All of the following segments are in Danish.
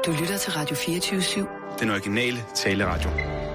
Du lytter til Radio 24/7. Den originale taleradio.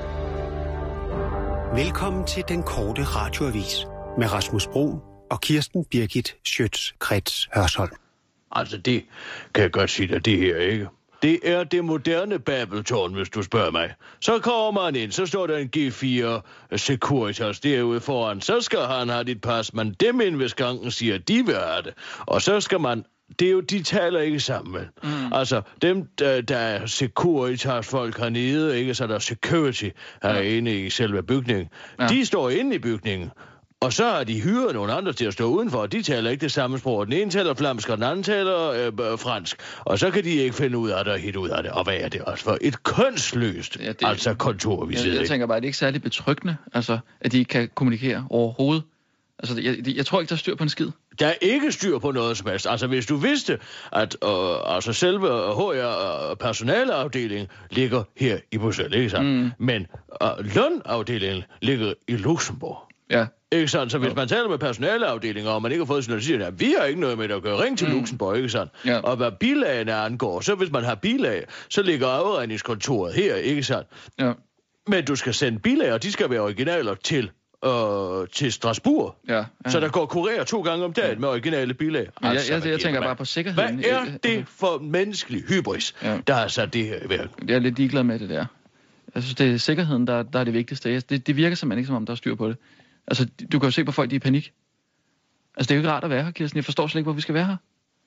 Velkommen til den korte radioavis med Rasmus Broen og Kirsten Birgit Schøtz-Krets Hørsholm. Altså, det kan jeg godt sige dig, det her, ikke? Det er det moderne Babeltårn, hvis du spørger mig. Så kommer man ind, så står der en G4 Securitas derude foran. Så skal han have dit pas, men dem ind ved skranken siger, de vil have det. Og så skal man... Det er jo, de taler ikke sammen. Altså, dem, der er Securitas-folk hernede, ikke? Så der er security herinde i selve bygningen. Ja. De står inde i bygningen. Og så har de hyret nogle andre til at stå udenfor, og de taler ikke det samme sprog. Den ene taler flamsk, og den anden taler fransk. Og så kan de ikke finde ud af det og hitte ud af det. Og hvad er det også for et kønsløst kontor, vi sidder i? Jeg tænker bare, at det ikke er særlig betryggende, altså, at de ikke kan kommunikere overhovedet. Altså, jeg tror ikke, der er styr på en skid. Der er ikke styr på noget som helst. Altså, hvis du vidste, at altså selve HR-personaleafdelingen ligger her i Bruxelles, ikke sandt? Men lønafdelingen ligger i Luxembourg. Ja. Ikke sandt? Så hvis man taler med personaleafdelinger, og man ikke har fået sådan noget, så siger de, at vi har ikke noget med det at gøre. Ring til Luxembourg, ikke sandt? Ja. Og hvad bilagene angår, så hvis man har bilag, så ligger afregningskontoret her, ikke sandt? Ja. Men du skal sende bilag, og de skal være originaler til Strasbourg. Ja. Så der går kurér 2 gange om dagen med originale bilag. Altså, jeg tænker bare på sikkerheden. Hvad er det for menneskelig hybris, der har sat det her i verden? Jeg er lidt ligeglad med det der. Jeg synes, det er sikkerheden, der er det vigtigste. Det virker simpelthen ikke, som om der er styr på det. Altså, du kan jo se på folk, de er i panik. Altså, det er jo ikke rart at være her, Kirsten. Jeg forstår slet ikke, hvor vi skal være her.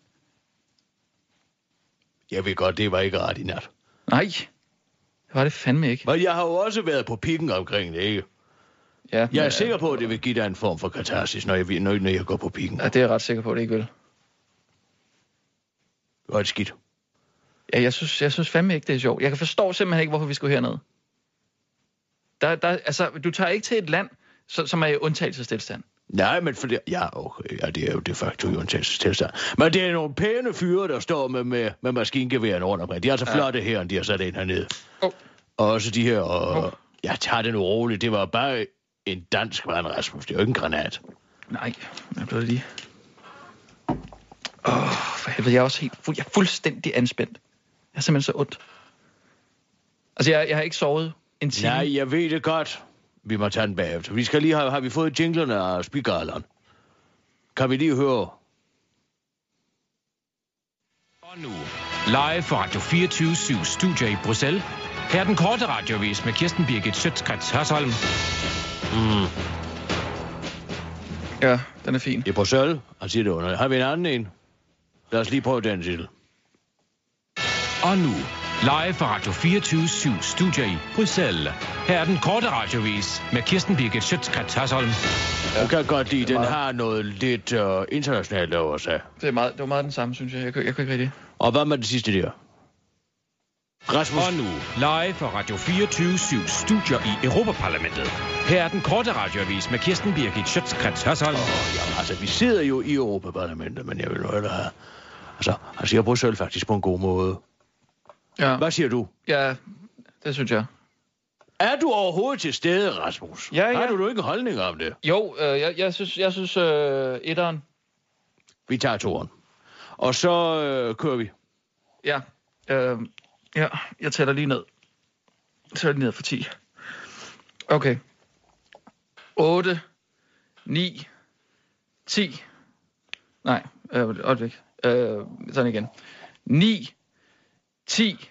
Jeg ved godt, det var ikke rart i nat. Nej, det var det fandme ikke. Men jeg har jo også været på pikken omkring det, ikke? Ja, jeg er sikker på, at det vil give dig en form for katarsis, når jeg går på pikken. Ja, det er jeg ret sikker på, at det ikke vil. Det var et skidt. Ja, jeg synes fandme ikke, det er sjovt. Jeg kan forstå simpelthen ikke, hvorfor vi skulle herned. Altså, du tager ikke til et land, som er i undtagelsestilstand. Nej, men for det... Ja, okay. Ja, det er jo de facto i undtagelsestilstand. Men det er nogle pæne fyre, der står med maskingeværen rundt omkring. De er altså flotte her, end de har sat ind hernede. Og også de her... Jeg tager det nu roligt. Det var bare en dansk mand, Rasmus. Det er jo ikke en granat. Nej, jeg blev det lige. For helvede, jeg er også jeg er fuldstændig anspændt. Jeg er simpelthen så ondt. Altså, jeg har ikke sovet en time. Nej, jeg ved det godt. Vi må tage den bagefter. Vi skal lige har vi fået jinglerne af Spigaleren? Kan vi lige høre? Og nu, live fra Radio 24/7 Studio i Bruxelles. Her er den korte radiovis med Kirsten Birgit Schøtz-Krets Hørsholm. Ja, den er fin. I Bruxelles? Han siger det under. Har vi en anden en? Lad os lige prøve den titel. Og nu, live fra Radio 24/7 Studio i Bruxelles. Her er den korte radiovis med Kirsten Birgit Schøtz-Krets Hørsholm. Jeg kan godt lide, den har noget lidt internationalt over sig. Det var meget den samme, synes jeg. Jeg kan ikke rigtig. Og hvad med det sidste der? Rasmus. Og nu, live fra Radio 24/7 Studio i Europaparlamentet. Her er den korte radioavis med Kirsten Birgit Schøtz-Krets Hørsholm. Altså, vi sidder jo i Europaparlamentet, men jeg vil hellere have... Altså, han siger Bruxelles faktisk på en god måde. Ja. Hvad siger du? Ja, det synes jeg. Er du overhovedet til stede, Rasmus? Ja. Har du ikke en holdning om det? Jo, jeg synes etteren. Vi tager 2'eren. Og så kører vi. Ja. Ja, jeg tæller lige ned. Jeg tæller lige ned for 10. Okay. 8, 9, 10. Nej, øjeblik. Sådan igen. 9, 10,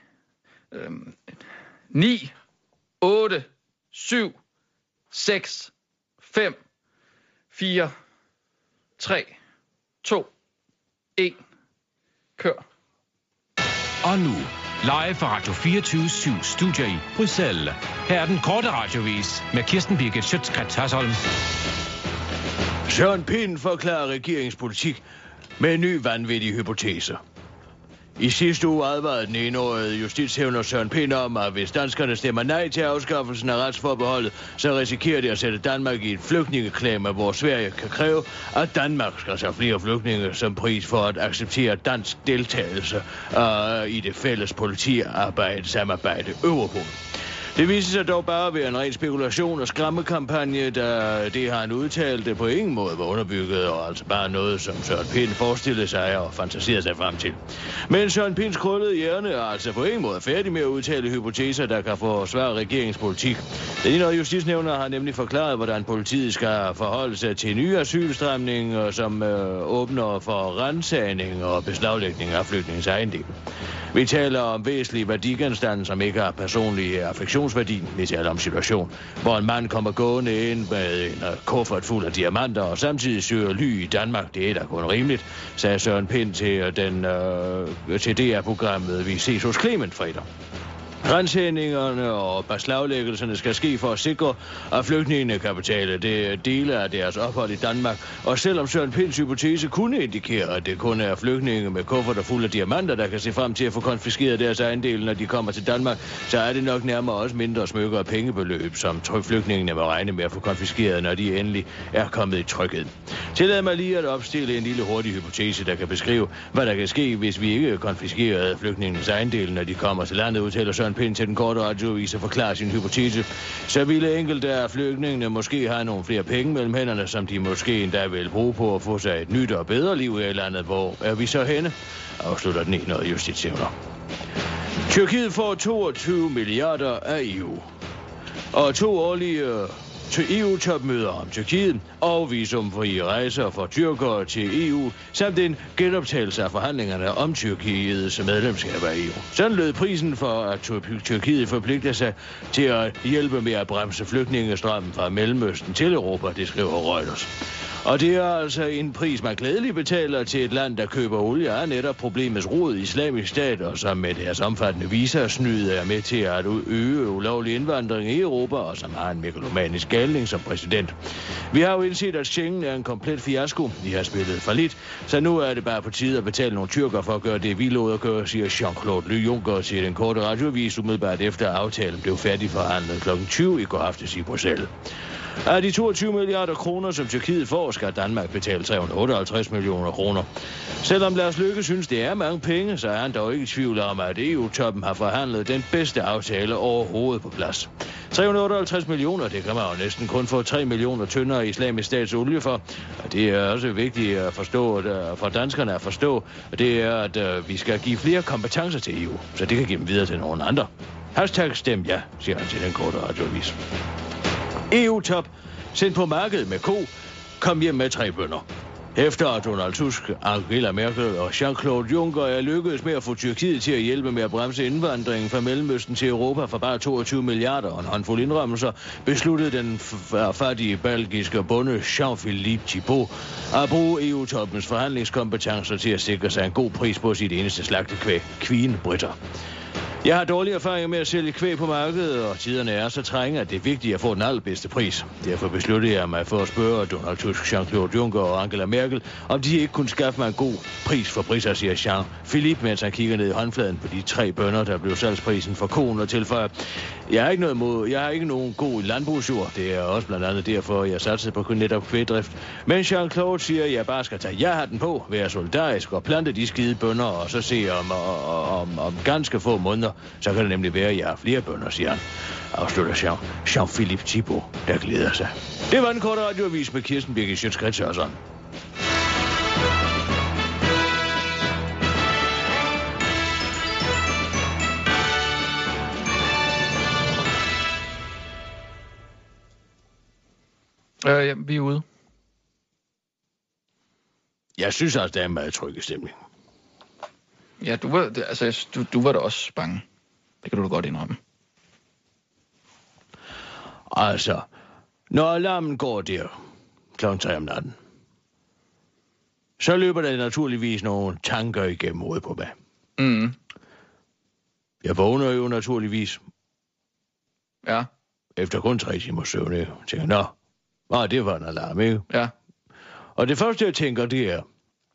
9, 8, 7, 6, 5, 4, 3, 2, 1. Kør. Og nu, live fra Radio 24/7 Studio i Bruxelles. Her er den korte radiovis med Kirsten Birgit Schøtz-Krets Hørsholm. Søren Pind forklarer regeringspolitik med en ny vanvittig hypotese. I sidste uge advarede den enårige justitshævner Søren Pind om, at hvis danskerne stemmer nej til afskaffelsen af retsforbeholdet, så risikerer det at sætte Danmark i et flygtningeklemme, hvor Sverige kan kræve, at Danmark skal tage flere flygtninge som pris for at acceptere dansk deltagelse i det fælles politisamarbejde Europol. Det viser sig dog bare at være en ren spekulation og skræmmekampagne, da det har han udtalt det på ingen måde var underbygget, og altså bare noget, som Søren Pind forestillede sig og fantaserede sig frem til. Men Søren Pinds krøllede hjerne er altså på ingen måde færdig med at udtale hypoteser, der kan forsvare regeringspolitik. Den ene justitsnævner har nemlig forklaret, hvordan politiet skal forholde sig til nye asylstramninger, som åbner for ransagning og beslaglægning af flygtningens ejendel. Vi taler om væsentlige værdigenstande, som ikke har personlig affektionsværdi. Vi taler om situation, hvor en mand kommer gående ind med en kuffert fuld af diamanter og samtidig søger ly i Danmark. Det er da kun rimeligt, sagde Søren Pind til DR-programmet Vi ses hos Clement fredag. Ransagningerne og beslaglæggelserne skal ske for at sikre, at flygtningene kan betale dele af deres ophold i Danmark. Og selvom Søren Pinds hypotese kunne indikere, at det kun er flygtninge med kufferter fulde af diamanter, der kan se frem til at få konfiskeret deres ejendele, når de kommer til Danmark, så er det nok nærmere også mindre smykker og pengebeløb, som flygtningene må regne med at få konfiskeret, når de endelig er kommet i tryghed. Tillad mig lige at opstille en lille hurtig hypotese, der kan beskrive, hvad der kan ske, hvis vi ikke konfiskerer flygtningens ejendele, når de kommer til landet, udtaler Søren Pind til den korte radioavis og forklare sin hypotese. Så ville enkelte af flygtningene måske have nogle flere penge mellem hænderne, som de måske endda vil bruge på at få sig et nyt og bedre liv i landet. Hvor er vi så henne? Afslutter den ene justitsnævner. Tyrkiet får 22 milliarder af EU. Og 2 årlige til EU-topmøder om Tyrkiet og visumfrie rejser for tyrkere til EU, samt en genoptagelse af forhandlingerne om Tyrkiets medlemskab af EU. Sådan lød prisen for, at Tyrkiet forpligter sig til at hjælpe med at bremse flygtningestrømmen fra Mellemøsten til Europa, det skriver Reuters. Og det er altså en pris, man glædeligt betaler til et land, der køber olie, er netop problemets rod, Islamisk Stat, og som med deres omfattende visasnyd er med til at øge ulovlig indvandring i Europa, og som har en megalomanisk galning som præsident. Vi har jo indset, at Schengen er en komplet fiasko. Vi har spillet for lidt, så nu er det bare på tide at betale nogle tyrker for at gøre det, vi lovede at gøre, siger Jean-Claude Juncker til den korte radioavis, umiddelbart efter aftalen blev færdig forhandlet kl. 20 i går aftes i Bruxelles. Af de 22 milliarder kroner, som Tyrkiet får, skal Danmark betale 358 millioner kroner. Selvom Lars Løkke synes, det er mange penge, så er han dog ikke i tvivl om, at EU-toppen har forhandlet den bedste aftale overhovedet på plads. 358 millioner, det kan man jo næsten kun få 3 millioner tønder i Islamisk Stats olie for. Og det er også vigtigt at forstå, for danskerne at forstå, det er, at vi skal give flere kompetencer til EU, så det kan give dem videre til nogen andre. #stem ja, siger han til den korte radioavis. EU-top, sendt på markedet med ko, kom hjem med 3 bønner. Efter at Donald Tusk, Angela Merkel og Jean-Claude Juncker er lykkedes med at få Tyrkiet til at hjælpe med at bremse indvandringen fra Mellemøsten til Europa for bare 22 milliarder og en håndfuld indrømmelser, besluttede den fattige belgiske bonde Jean-Philippe Thibault at bruge EU-toppens forhandlingskompetencer til at sikre sig en god pris på sit eneste slagtekvæg, kvinbritter. Jeg har dårlige erfaringer med at sælge kvæg på markedet, og tiderne er så trænge, at det er vigtigt at få den allerbedste pris. Derfor besluttede jeg mig for at spørge Donald Tusk, Jean-Claude Juncker og Angela Merkel, om de ikke kunne skaffe mig en god pris for priser, siger Jean-Philippe, mens han kigger ned i håndfladen på de 3 bønner, der blev salgsprisen for koen og tilføjer. Jeg har ikke nogen god landbrugsjord. Det er også blandt andet derfor, jeg satsede på netop kvægdrift. Men Jean-Claude siger, at jeg bare skal tage ja-hatten på, være solidarisk og plante de skide bønner, og så se om ganske få måneder, så kan det nemlig være, at jeg har flere bønner, siger han. Afslutter Jean-Philippe Thibault, der glæder sig. Det var den korte radioavis med Kirsten Birgit Schøtz-Krets Hørsson. Ja, vi er ude. Jeg synes altså, det er en meget trygge stemning. Ja, du var da også bange. Det kan du da godt indrømme. Altså, når alarmen går der kl. 3 om natten, så løber der naturligvis nogle tanker igennem hovedet på mig. Mm. Jeg vågner jo naturligvis. Ja. Efter kun 3 timer søvn, jeg tænker, det var en alarm, ikke? Ja. Og det første, jeg tænker, det er,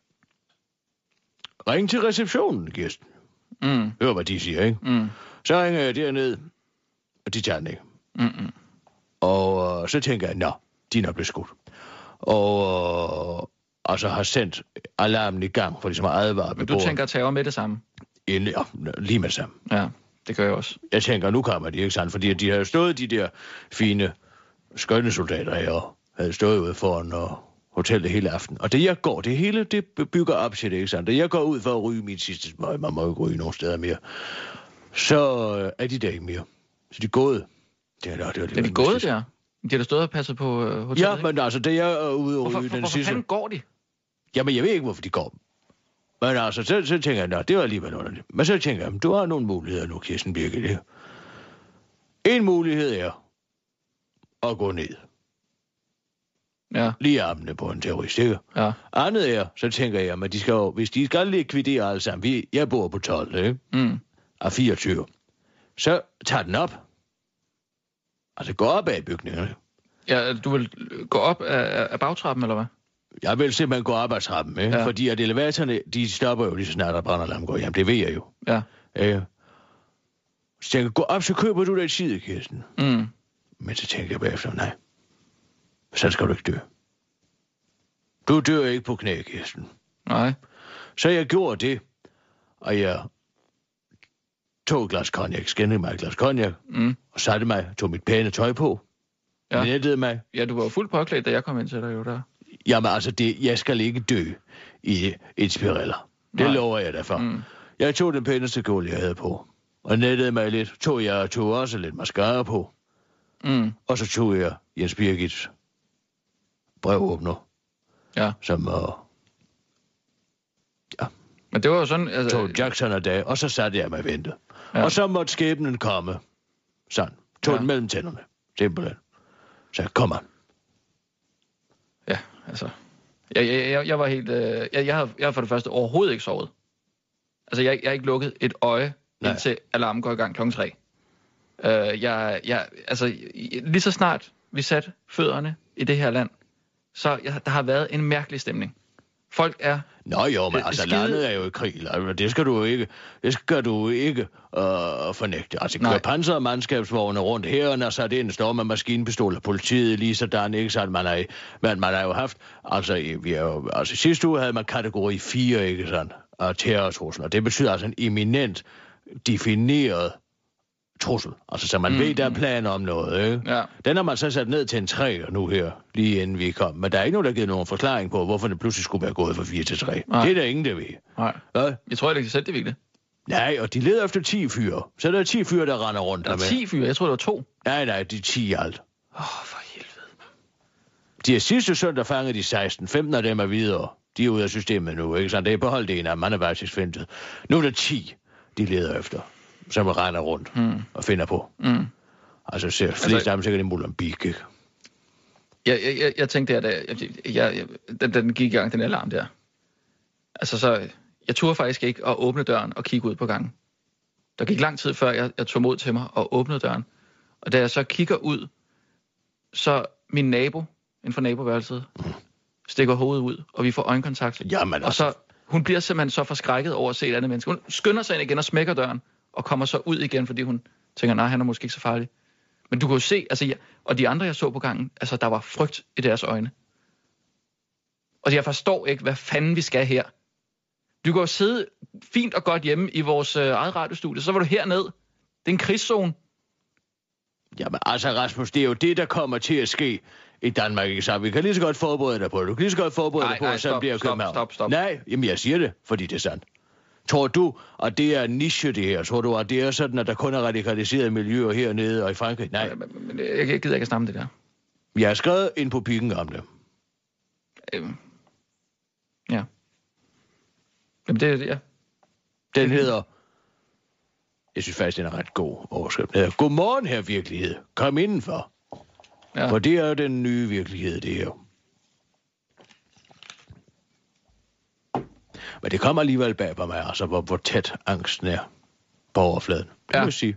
ring til receptionen, Kirsten. Mm. Hør, hvad de siger, ikke? Mm. Så ringer jeg derned, og de tager den ikke. Mm-mm. Og så tænker jeg, de er nok blevet skudt. Og så har sendt alarmen i gang, for ligesom at advare men du tænker terror med det samme? Ja, lige med det samme. Ja. Det gør jeg også. Jeg tænker, nu kommer de, ikke sandt? Fordi de har stået, de der fine skønne soldater her, og havde stået ude foran hotellet hele aften. Og det jeg går, det hele, det bygger op til det, ikke sandt? Da jeg går ud for at ryge mit sidste smøg, man må jo ryge nogle steder mere, så er de der ikke mere. Så de er gået. Er de gået der? De har da stået og passet på hotellet, ja, men altså, da jeg er ude og ryge den sidste... Hvorfor fanden går de? Jamen, jeg ved ikke, hvorfor de går. Men altså, så tænker jeg, det var alligevel underligt. Men så tænker jeg, du har nogle muligheder nu, Kirsten Birgit. En mulighed er at gå ned. Ja. Lige armene på en terrorist, ikke? Ja. Andet er, så tænker jeg, at de skal jo, hvis de skal likvidere alle sammen, jeg bor på 12, ikke? Af 24. Så tager den op. Altså, gå op af bygningerne. Ja, du vil gå op af bagtrappen, eller hvad? Jeg vil simpelthen gå op ad trappen, ikke? Ja. Fordi at elevatorerne, de stopper jo lige så snart, der brænder alarm går. Jamen, det ved jeg jo. Ja. Så tænker jeg, gå op, så køber du den side, Kirsten. Men så tænker jeg bagefter, nej. Så skal du ikke dø. Du dør ikke på knæ, Kirsten. Nej. Så jeg gjorde det, og jeg tog et glas cognac, skændede mig et glas cognac, og satte mig, tog mit pæne tøj på, nettede mig. Ja, du var jo fuldt påklædt, da jeg kom ind til dig jo der. Jamen altså, jeg skal ikke dø i inspireller. Det lover jeg derfor. Jeg tog den pæneste kjole, jeg havde på, og nettede mig lidt. Tog også lidt mascara på. Og så tog jeg Jens Birgits brevåbner. Ja. Som Men det var jo sådan... Altså... Tog Jackson og dag, og så satte jeg mig og ventede. Ja. Og så måtte skæbnen komme. Sådan. Tog den mellem tænderne. Simpelthen. Så kom han. Ja, altså... Jeg var helt... Jeg har for det første overhovedet ikke sovet. Altså, jeg har ikke lukket et øje, indtil alarmen går i gang klokken 3. Altså, lige så snart vi satte fødderne i det her land, så der har været en mærkelig stemning. Folk er... Nå jo, men altså landet er jo i krig. Det skal du ikke fornægte. Altså kører panser og mandskabsvogne rundt her, og så er det en storm med maskinpistoler, politiet lige sådan, ikke sådan, man har jo haft, altså sidste uge havde man kategori 4, ikke sådan, af terrortrusler. Det betyder altså en eminent defineret trussel. Altså, så man ved, der er planer om noget, ikke? Ja. Den har man så sat ned til en 3 nu her, lige inden vi kom. Men der er ikke nogen, der har givet nogen forklaring på, hvorfor det pludselig skulle være gået fra 4 til 3. Nej. Det er der ingen, der ved. Nej. Ja? Jeg tror ikke selv, det virkelig. Nej, og de leder efter 10 fyre. Så der er 10 fyre, der render rundt. Der er 10 fyre? Jeg tror, det var 2. Nej, de er 10 i alt. For helvede. De er sidste søndag fanget de 16. 15 af dem er videre. De er ude af systemet nu, ikke? Så det er beholdt en af mandevejsningsfintet. Nu er der 10, de leder efter, som render rundt og finder på. Altså, ser flest af dem sikkert i Mozambique, ikke? Jeg tænkte der, den gik i gang, den alarm der. Altså, så... Jeg turde faktisk ikke at åbne døren og kigge ud på gangen. Der gik lang tid før, jeg tog mod til mig og åbnede døren. Og da jeg så kigger ud, så min nabo, inden for naboværelset, stikker hovedet ud, og vi får øjenkontakt. Jamen, og så, hun bliver simpelthen så forskrækket over at se et andet menneske. Hun skynder sig ind igen og smækker døren, og kommer så ud igen, fordi hun tænker, nej, han er måske ikke så farlig. Men du kan jo se, altså, og de andre, jeg så på gangen, altså, der var frygt i deres øjne. Og jeg forstår ikke, hvad fanden vi skal her. Du kan jo sidde fint og godt hjemme i vores eget radiostudie, så var du herned. Det er en krigszone. Jamen altså, Rasmus, det er jo det, der kommer til at ske i Danmark, ikke så? Vi kan lige så godt forberede dig på det. Du kan lige så godt forberede dig på, at så bliver København. Stop. Nej, jamen jeg siger det, fordi det er sandt. Tror du, at det er en niche, det her? Tror du, at det er sådan, at der kun er radikaliserede miljøer hernede og i Frankrig? Nej. Men jeg gider ikke at snakke det der. Jeg har skrevet ind på pikken om det. Ja. Jamen det er det, ja. Den hedder... Jeg synes faktisk, den er ret god overskrift. Den hedder, godmorgen her virkelighed. Kom indenfor. Ja. For det er jo den nye virkelighed, det her. Men det kommer alligevel bag på mig, altså hvor tæt angsten er på overfladen. Det må jeg sige.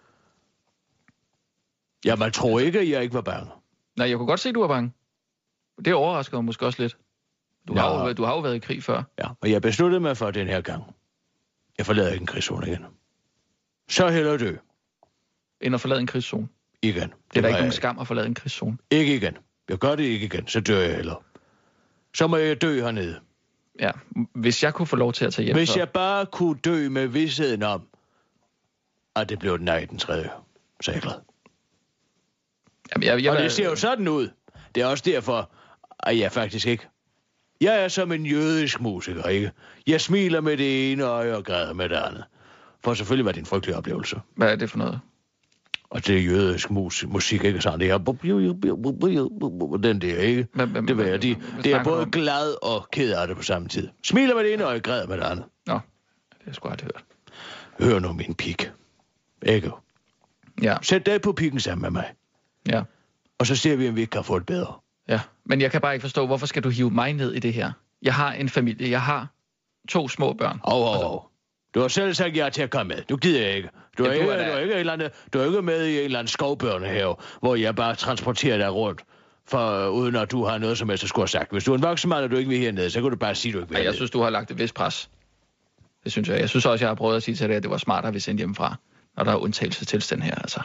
Ja, man tror ikke, at jeg ikke var bange. Nej, jeg kunne godt se, at du var bange. Det overrasker mig måske også lidt. Du har jo været i krig før. Ja, og jeg besluttede mig for den her gang. Jeg forlader ikke en krigszone igen. Så hellere dø. End at forlade en krigszone? Igen. Det er da ikke nogen skam at forlade en krigszone. Ikke igen. Jeg gør det ikke igen, så dør jeg hellere. Så må jeg dø hernede. Ja, hvis jeg kunne få lov til at tage hjem. Hvis jeg bare kunne dø med vidstheden om, at det blev et nej den tredje. Så er jeg glad. Jamen, og det ser jo sådan ud. Det er også derfor, at jeg faktisk ikke... Jeg er som en jødisk musiker, ikke? Jeg smiler med det ene øje og græder med det andet. For selvfølgelig var det en frygtelig oplevelse. Hvad er det for noget? Og det er jødisk musik, ikke sådan? Det er den der, ikke? Det er både glad og ked af det på samme tid. Smiler med det ene øje og græder med det andet. Nå, det har jeg sgu aldrig hørt. Hør nu min pik. Ikke? Ja. Sæt dig på pikken sammen med mig. Ja. Og så ser vi, om vi ikke kan få det bedre. Ja, men jeg kan bare ikke forstå, hvorfor skal du hive mig ned i det her? Jeg har en familie, jeg har 2 små børn. Du har selv sagt ja til at komme med. Du gider jeg ikke. Du er ikke med i en eller anden skovbørnehave, hvor jeg bare transporterer dig rundt, uden at du har noget som helst at skulle have sagt. Hvis du er en voksen mand, og du ikke vil hernede, så kan du bare sige, du ikke vil. Jeg synes, du har lagt et vist pres. Det synes jeg. Jeg synes også, jeg har prøvet at sige til dig, at det var smartere, at vi sendte hjemmefra, når der er undtagelsestilstand her, altså.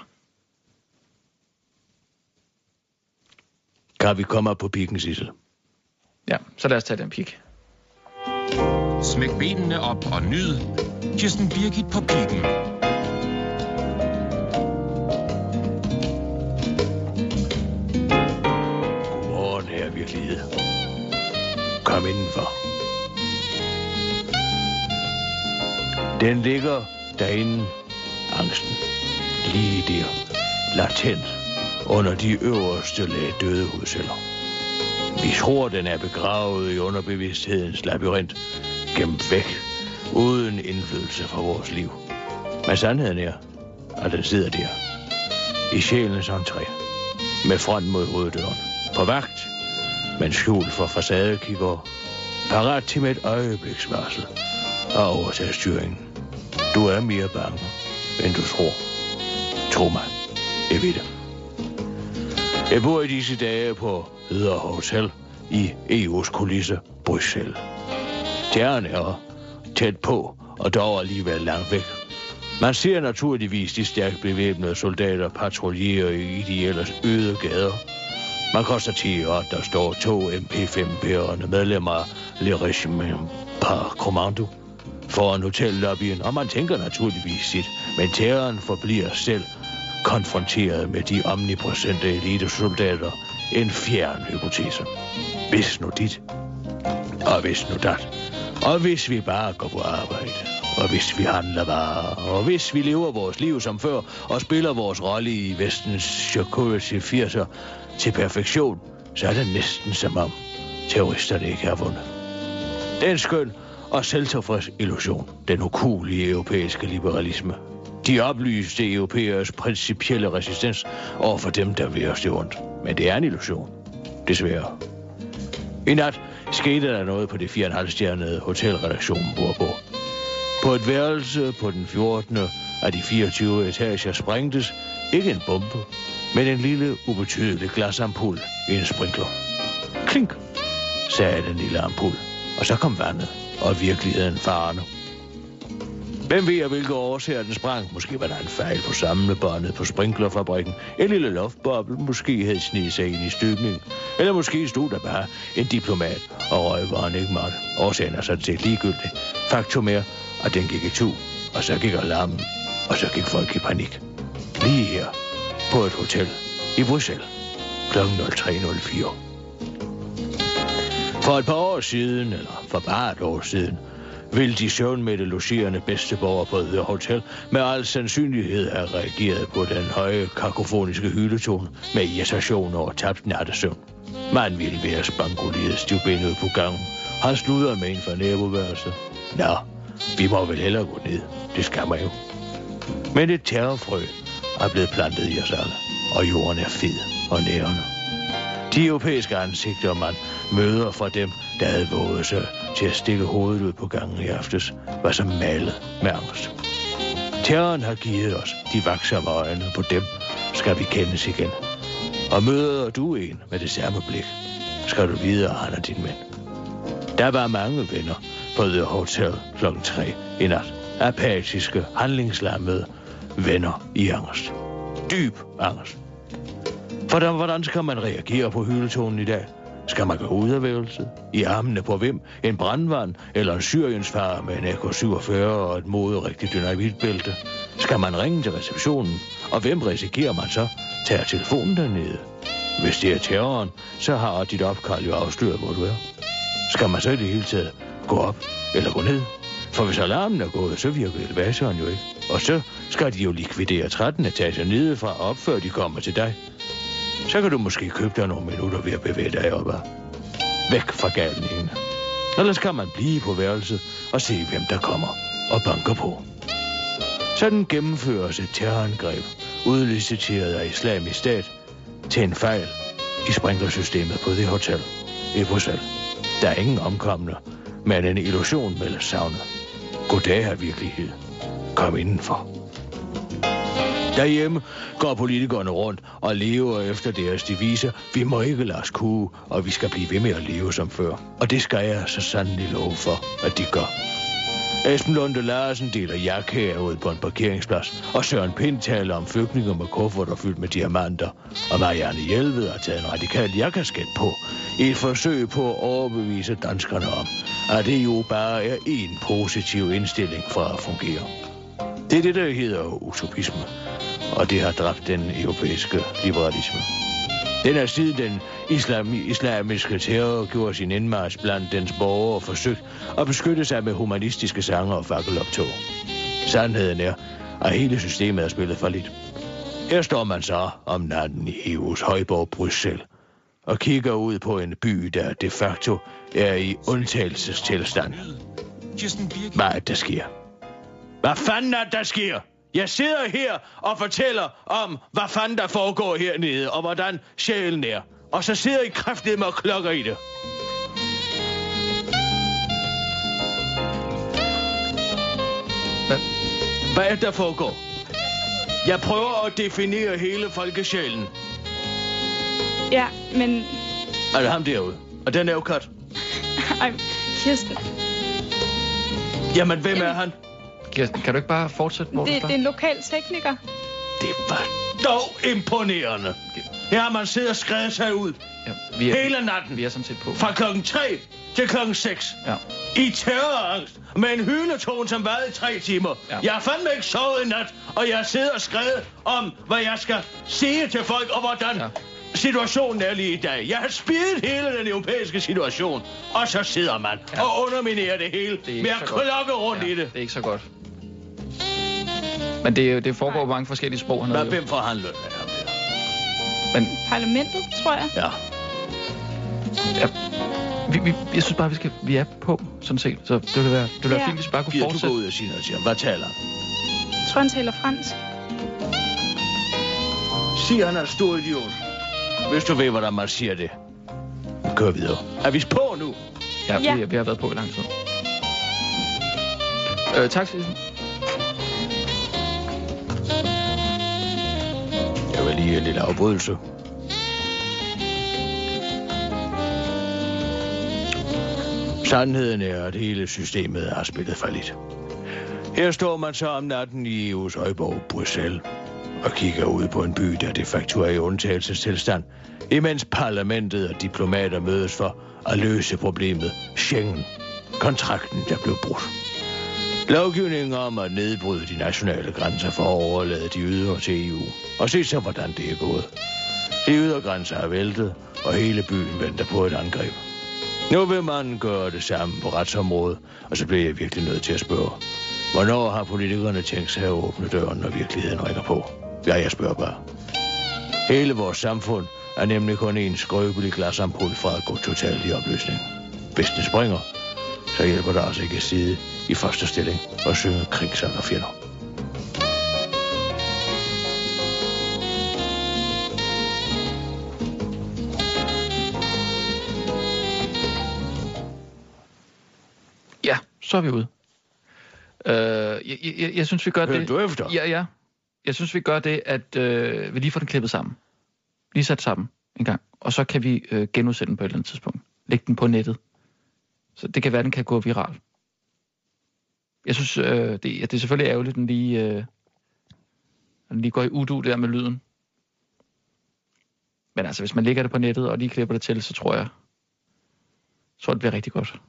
Kan vi komme op på pikken, Sissel? Ja, så lad os tage den pik. Smæk benene op og nyd Kirsten Birgit på pikken. Godmorgen, her virkelighed. Kom indenfor. Den ligger derinde, angsten. Lige der, latent, under de øverste lag døde hudceller. Vi tror, den er begravet i underbevidsthedens labyrint, gemt væk, uden indflydelse fra vores liv. Men sandheden er, at den sidder der, i sjælens entré, med front mod hoveddøren, på vagt, men skjult for facadekigger, parat til med et øjebliksvarsel og overtage styringen. Du er mere bange, end du tror. Tro mig, jeg ved det. Jeg bor i disse dage på Ydre Hotel i EU's kulisse, Bruxelles. Terren er tæt på, og dog alligevel langt væk. Man ser naturligvis de stærkt bevæbnede soldater patruljere i de ellers øde gader. Man konstaterer, at der står 2 MP5-bærende medlemmer af Le Régiment par Commando foran hotellobbyen, og man tænker naturligvis sit, men terroren forbliver selv konfronteret med de omnipræsente elitesoldater, en fjern hypotese. Hvis nu dit, og hvis nu dat, og hvis vi bare går på arbejde, og hvis vi handler varer, og hvis vi lever vores liv som før, og spiller vores rolle i vestens security 80'er til perfektion, så er det næsten som om terroristerne ikke har vundet. Det er en skøn og selvtilfreds illusion, den ukuelige europæiske liberalisme. De oplyste europæers principielle resistens over for dem, der vil os det ondt. Men det er en illusion. Desværre. I nat skete der noget på det 4,5-stjernede hotelredaktionen bor på. På et værelse på den 14. af de 24 etager sprængtes ikke en bombe, men en lille, ubetydelig glasampul i en sprinkler. Klink, sagde den lille ampul, og så kom vandet og virkeligheden farende. Hvem ved, hvilke årsager den sprang? Måske var der en fejl på samlebåndet på sprinklerfabrikken. En lille loftboble måske havde snedet sig ind i støbningen. Eller måske stod der bare en diplomat og røg, hvor han ikke måtte. Årsagen er sådan set ligegyldig. Faktum er, at den gik i tu, og så gik alarmen, og så gik folk i panik. Lige her, på et hotel i Bruxelles, kl. 03.04. For et par år siden, eller for bare et år siden, vil de søvnmætte logerende bedsteborgere på The Hotel med al sandsynlighed have reageret på den høje kakofoniske hyletone med irritation over tabt nattesøvn. Man ville være spangoleret stivbenet på gangen. Han sludrede med en fra naboværelset. Nå, vi må vel hellere gå ned. Det skal man jo. Men et terrorfrø er blevet plantet i os alle, og jorden er fed og nærende. De europæiske ansigter, man møder fra dem, der havde våget sig til at stikke hovedet ud på gangen i aftes, var som malet med angst. Terroren har givet os de vaksomme øjne. På dem skal vi kendes igen. Og møder du en med det samme blik, skal du vide, at han er din ven. Der var mange venner på The Hotel kl. 3 i nat. Apatiske, handlingslammede venner i angst. Dyb angst. Hvordan skal man reagere på hyletonen i dag? Skal man gå ud af værelset? I armene på hvem? En brandvand eller en syriensfarer med en AK-47 og et moderigtigt dynamitbælte? Skal man ringe til receptionen? Og hvem risikerer man så? Tager telefonen dernede? Hvis det er terroren, så har dit opkald jo afsløret, hvor du er. Skal man så i det hele taget gå op eller gå ned? For hvis alarmen er gået, så virker elevatoren jo ikke. Og så skal de jo likvidere 13 etager nedefra op, før de kommer til dig. Så kan du måske købe dig nogle minutter ved at bevæge dig opad. Væk fra galningen. Ellers kan man blive på værelset og se, hvem der kommer og banker på. Sådan gennemføres et terrorangreb, udliciteret af Islamisk Stat, til en fejl i sprinklersystemet på det hotel i Bruxelles. Der er ingen omkomne, men en illusion melder savnet. Goddag her virkelighed. Kom indenfor. Derhjemme går politikerne rundt og lever efter deres devise. Vi må ikke lade os kue, og vi skal blive ved med at leve som før. Og det skal jeg så sandelig love for, at de gør. Esben Lunde Larsen deler jakker ud på en parkeringsplads, og Søren Pind taler om flygtninge med kufferter fyldt med diamanter, og Marianne Jelved har taget en radikal jakkeskat på, i et forsøg på at overbevise danskerne om, at det jo bare er en positiv indstilling fra at fungere. Det er det, der hedder utopisme, og det har dræbt den europæiske liberalisme. Den er siden den islamiske terror gjorde sin indmarch blandt dens borgere og forsøgt at beskytte sig med humanistiske sanger og fakkeloptog. Sandheden er, at hele systemet er spillet for lidt. Her står man så om natten i EU's højborg Bruxelles og kigger ud på en by, der de facto er i undtagelsestilstand. Hvad er det, der sker? Hvad fanden er det, der sker? Jeg sidder her og fortæller om, hvad fanden der foregår hernede, og hvordan sjælen er. Og så sidder I kraftedeme og klokker i det. Hvad er det, der foregår? Jeg prøver at definere hele folkesjælen. Ja, men... Er det ham derude? Og den er jo kat. Ej, Kirsten. Jamen, hvem er han? Kirsten, kan du ikke bare fortsætte, hvor det er en lokal tekniker. Det var dog imponerende. Her har man siddet og skrevet sig ud. Ja, hele natten. Vi er sådan set på. Fra klokken 3 til klokken 6. Ja. I terrorangst. Med en hynetone, som varede i 3 timer. Ja. Jeg har fandme ikke sovet i nat. Og jeg har siddet og skrevet om, hvad jeg skal sige til folk, og hvordan situationen er lige i dag. Jeg har spillet hele den europæiske situation. Og så sidder man og underminerer det hele med at klokke rundt i det. Det er ikke så godt. Men det foregår på mange forskellige sprog. Hvem forhandler med ham der? Men parlamentet, tror jeg. Ja. Jeg synes bare, vi er på, sådan set. Så det ville være fint, hvis vi bare kunne fortsætte. Du gå ud og sige noget til ham. Hvad taler han? Jeg tror, han taler fransk. Siger han er en stor idiot. Hvis du ved, hvordan man siger det. Kør videre. Er vi på nu? Ja. Vi har været på i lang tid. Tak, Sissel. Jeg vil lige en lille afbrydelse. Sandheden er, at hele systemet har spillet for lidt. Her står man så om natten i EU's højborg Bruxelles og kigger ud på en by, der de facto er i undtagelsestilstand, imens parlamentet og diplomater mødes for at løse problemet Schengen, kontrakten, der blev brudt. Lovgivningen om at nedbryde de nationale grænser for at overlade de ydre til EU. Og se så, hvordan det er gået. De ydre grænser er væltet, og hele byen venter på et angreb. Nu vil man gøre det samme på retsområdet, og så bliver jeg virkelig nødt til at spørge. Hvornår har politikerne tænkt sig at åbne døren, når virkeligheden ringer på? Ja, jeg spørger bare. Hele vores samfund er nemlig kun en skrøbelig glasampul fra at gå totalt i opløsning. Hvis det springer, så hjælper det altså ikke at sidde i første stilling og synge krigsang og fjender. Ja, så er vi ude. Jeg synes, vi gør det... Hører du efter? Ja. Jeg synes, vi gør det, at vi lige får den klippet sammen. Lige sat sammen en gang. Og så kan vi genudsætte den på et eller andet tidspunkt. Lægge den på nettet. Så det kan være, den kan gå viral. Jeg synes, det er selvfølgelig ærgerligt, den lige går i udu der med lyden. Men altså, hvis man lægger det på nettet og lige klipper det til, så tror jeg, Så det bliver rigtig godt.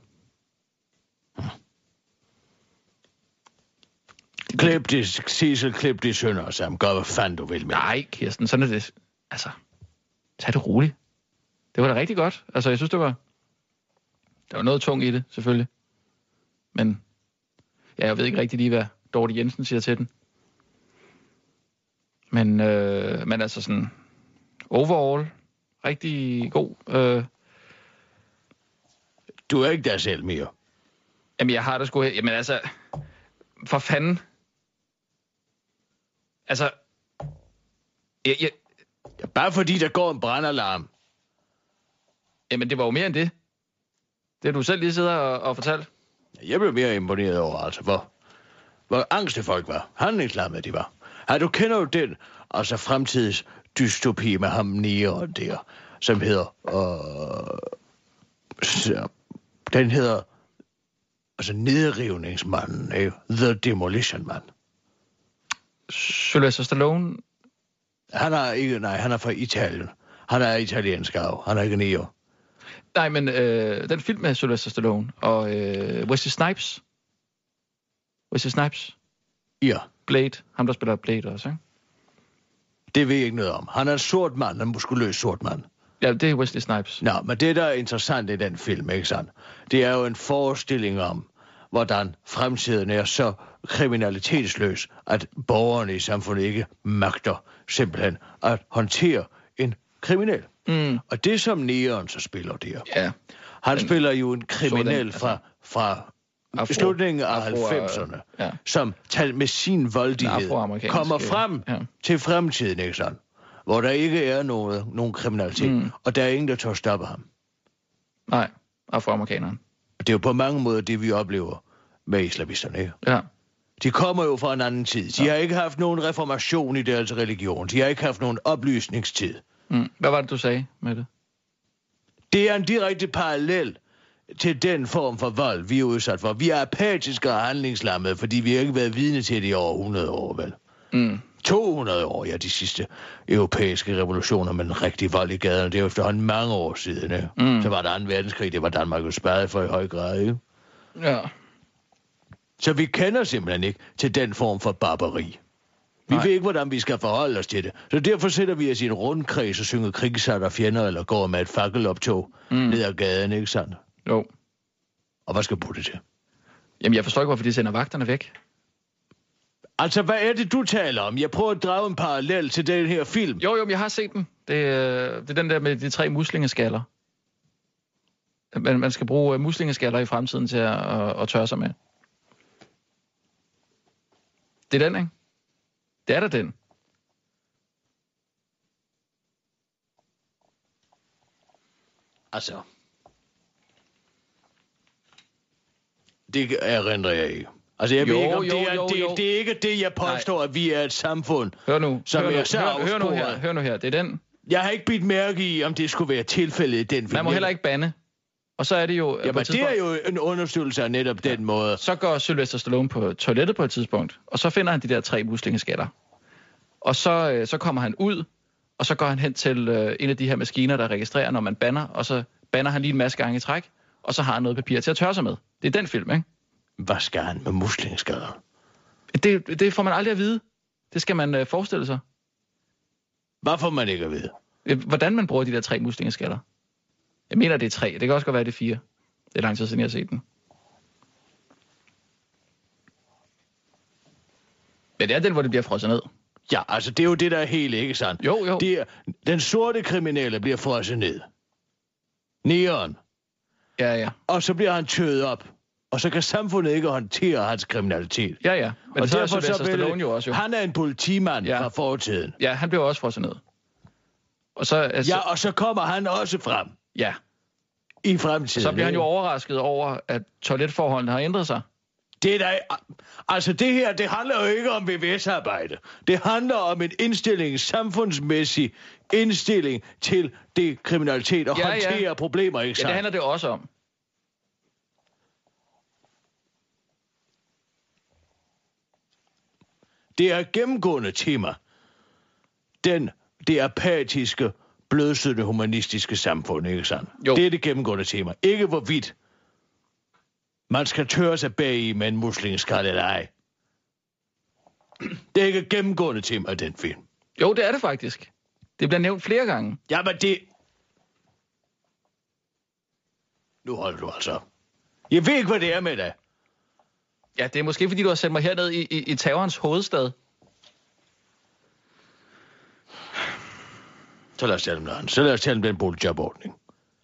Klip de sønder sammen. Gør, hvad fanden du vil med. Nej, Kirsten, sådan er det. Altså, tag det roligt. Det var da rigtig godt. Altså, jeg synes, der var noget tungt i det, selvfølgelig. Men ja, jeg ved ikke rigtig lige, hvad Dorte Jensen siger til den. Men altså sådan, overall, rigtig god. Du er ikke der selv mere. Jamen, jeg har det sgu... Jamen, altså... For fanden. Altså... Ja, bare fordi der går en brandalarm. Jamen, det var jo mere end det. Det har du selv lige siddet og fortalt. Jeg blev mere imponeret over, altså, hvor angste folk var. Handlingslammede de var. Du kender jo den, altså fremtids dystopi med ham Nieren der, som hedder... den hedder... Altså nedrivningsmanden, ikke? The Demolition Man. Sylvester Stallone? Han er fra Italien. Han er italiensk af. Han er ikke nier. Nej, men den film med Sylvester Stallone og Wesley Snipes. Wesley Snipes? Ja. Blade. Ham, der spiller Blade også, ikke? Det ved jeg ikke noget om. Han er en sort mand, en muskuløs sort mand. Ja, det er Wesley Snipes. Nå, men det, der er interessant i den film, ikke sandt? Det er jo en forestilling om, hvordan fremtiden er så kriminalitetsløs, at borgerne i samfundet ikke magter simpelthen at håndtere en kriminel. Mm. Og det, som Nieren så spiller der. Ja. Han spiller jo en kriminel fra slutningen af 90'erne, ja. Som med sin voldighed kommer frem til fremtiden, ikke sandt? Hvor der ikke er nogen kriminalitet, og der er ingen, der tør stoppe ham. Nej, afroamerikaneren. Det er jo på mange måder det, vi oplever med islamisterne, ikke? Ja. De kommer jo fra en anden tid. De har ikke haft nogen reformation i deres religion. De har ikke haft nogen oplysningstid. Hvad var det, du sagde med det? Det er en direkte parallel til den form for vold, vi er udsat for. Vi er apatiske og handlingslammede, fordi vi har ikke været vidne til det i over 100 år, vel? 200 år, ja, de sidste europæiske revolutioner med den rigtige vold i gaderne. Det er jo efterhånden mange år siden, ikke? Så var der 2. verdenskrig, det var Danmark jo spadet for i høj grad, ikke? Ja. Så vi kender simpelthen ikke til den form for barbari. Vi ved ikke, hvordan vi skal forholde os til det. Så derfor sætter vi os i en rundkreds og synger krigsat og fjender, eller går med et fakkeloptog ned ad gaden, ikke sandt? Jo. Og hvad skal bruge det til? Jamen, jeg forstår ikke, hvorfor de sender vagterne væk. Altså, hvad er det, du taler om? Jeg prøver at drage en parallel til den her film. Jo, jeg har set den. Det er den der med de 3 muslingeskaller. Man skal bruge muslingeskaller i fremtiden til at tørre sig med. Det er den, ikke? Det er da den. Altså. Det erindrer jeg ikke. Altså, jeg ved ikke, om det er ikke det, jeg påstår, at vi er et samfund, hør nu, som er så afsporet. Hør nu her, det er den. Jeg har ikke bidt mærke i, om det skulle være tilfældet i den film. Man må heller ikke bande. Og så er det jo... Jamen, det er jo en undersøgelse af netop den måde. Så går Sylvester Stallone på toilettet på et tidspunkt, og så finder han de der 3 muslingeskaller. Og så kommer han ud, og så går han hen til en af de her maskiner, der registrerer, når man bander, og så bander han lige en masse gange i træk, og så har han noget papir til at tørre sig med. Det er den film, ikke? Hvad skal han med muslingeskaller? Det får man aldrig at vide. Det skal man forestille sig. Hvad får man ikke at vide? Hvordan man bruger de der 3 muslingeskaller. Jeg mener, det er 3. Det kan også godt være, det er 4. Det er lang tid siden, jeg har set den. Men det er den, hvor det bliver frosset ned. Ja, altså det er jo det, der er helt, ikke sandt? Jo. Den sorte kriminelle bliver frosset ned. Nieren. Ja. Og så bliver han tøet op. Og så kan samfundet ikke håndtere hans kriminalitet. Ja. Men og så derfor så Stallone jo også. Jo. Han er en politimand fra fortiden. Ja, han bliver også frosset ned. Og så, ja, og så kommer han også frem. Ja. I fremtiden. Så bliver han jo overrasket over, at toiletforholdene har ændret sig. Det er altså det her, det handler jo ikke om VVS-arbejde. Det handler om en samfundsmæssig indstilling til det kriminalitet og håndtere problemer, ikke sandt? Ja, det handler det også om. Det er gennemgående tema. Det apatiske, blødsødende humanistiske samfund, ikke sandt? Jo. Det er det gennemgående tema. Ikke hvorvidt man skal tørre sig bag i med en muslingskal eller ej. Det er ikke et gennemgående tema i den film. Jo, det er det faktisk. Det bliver nævnt flere gange. Jamen det... Nu holder du altså. Jeg ved ikke, hvad det er med dig. Ja, det er måske, fordi du har sendt mig herned i terrorens hovedstad. Så lad os tale om noget andet. Så lad os tale om den boligjobordning.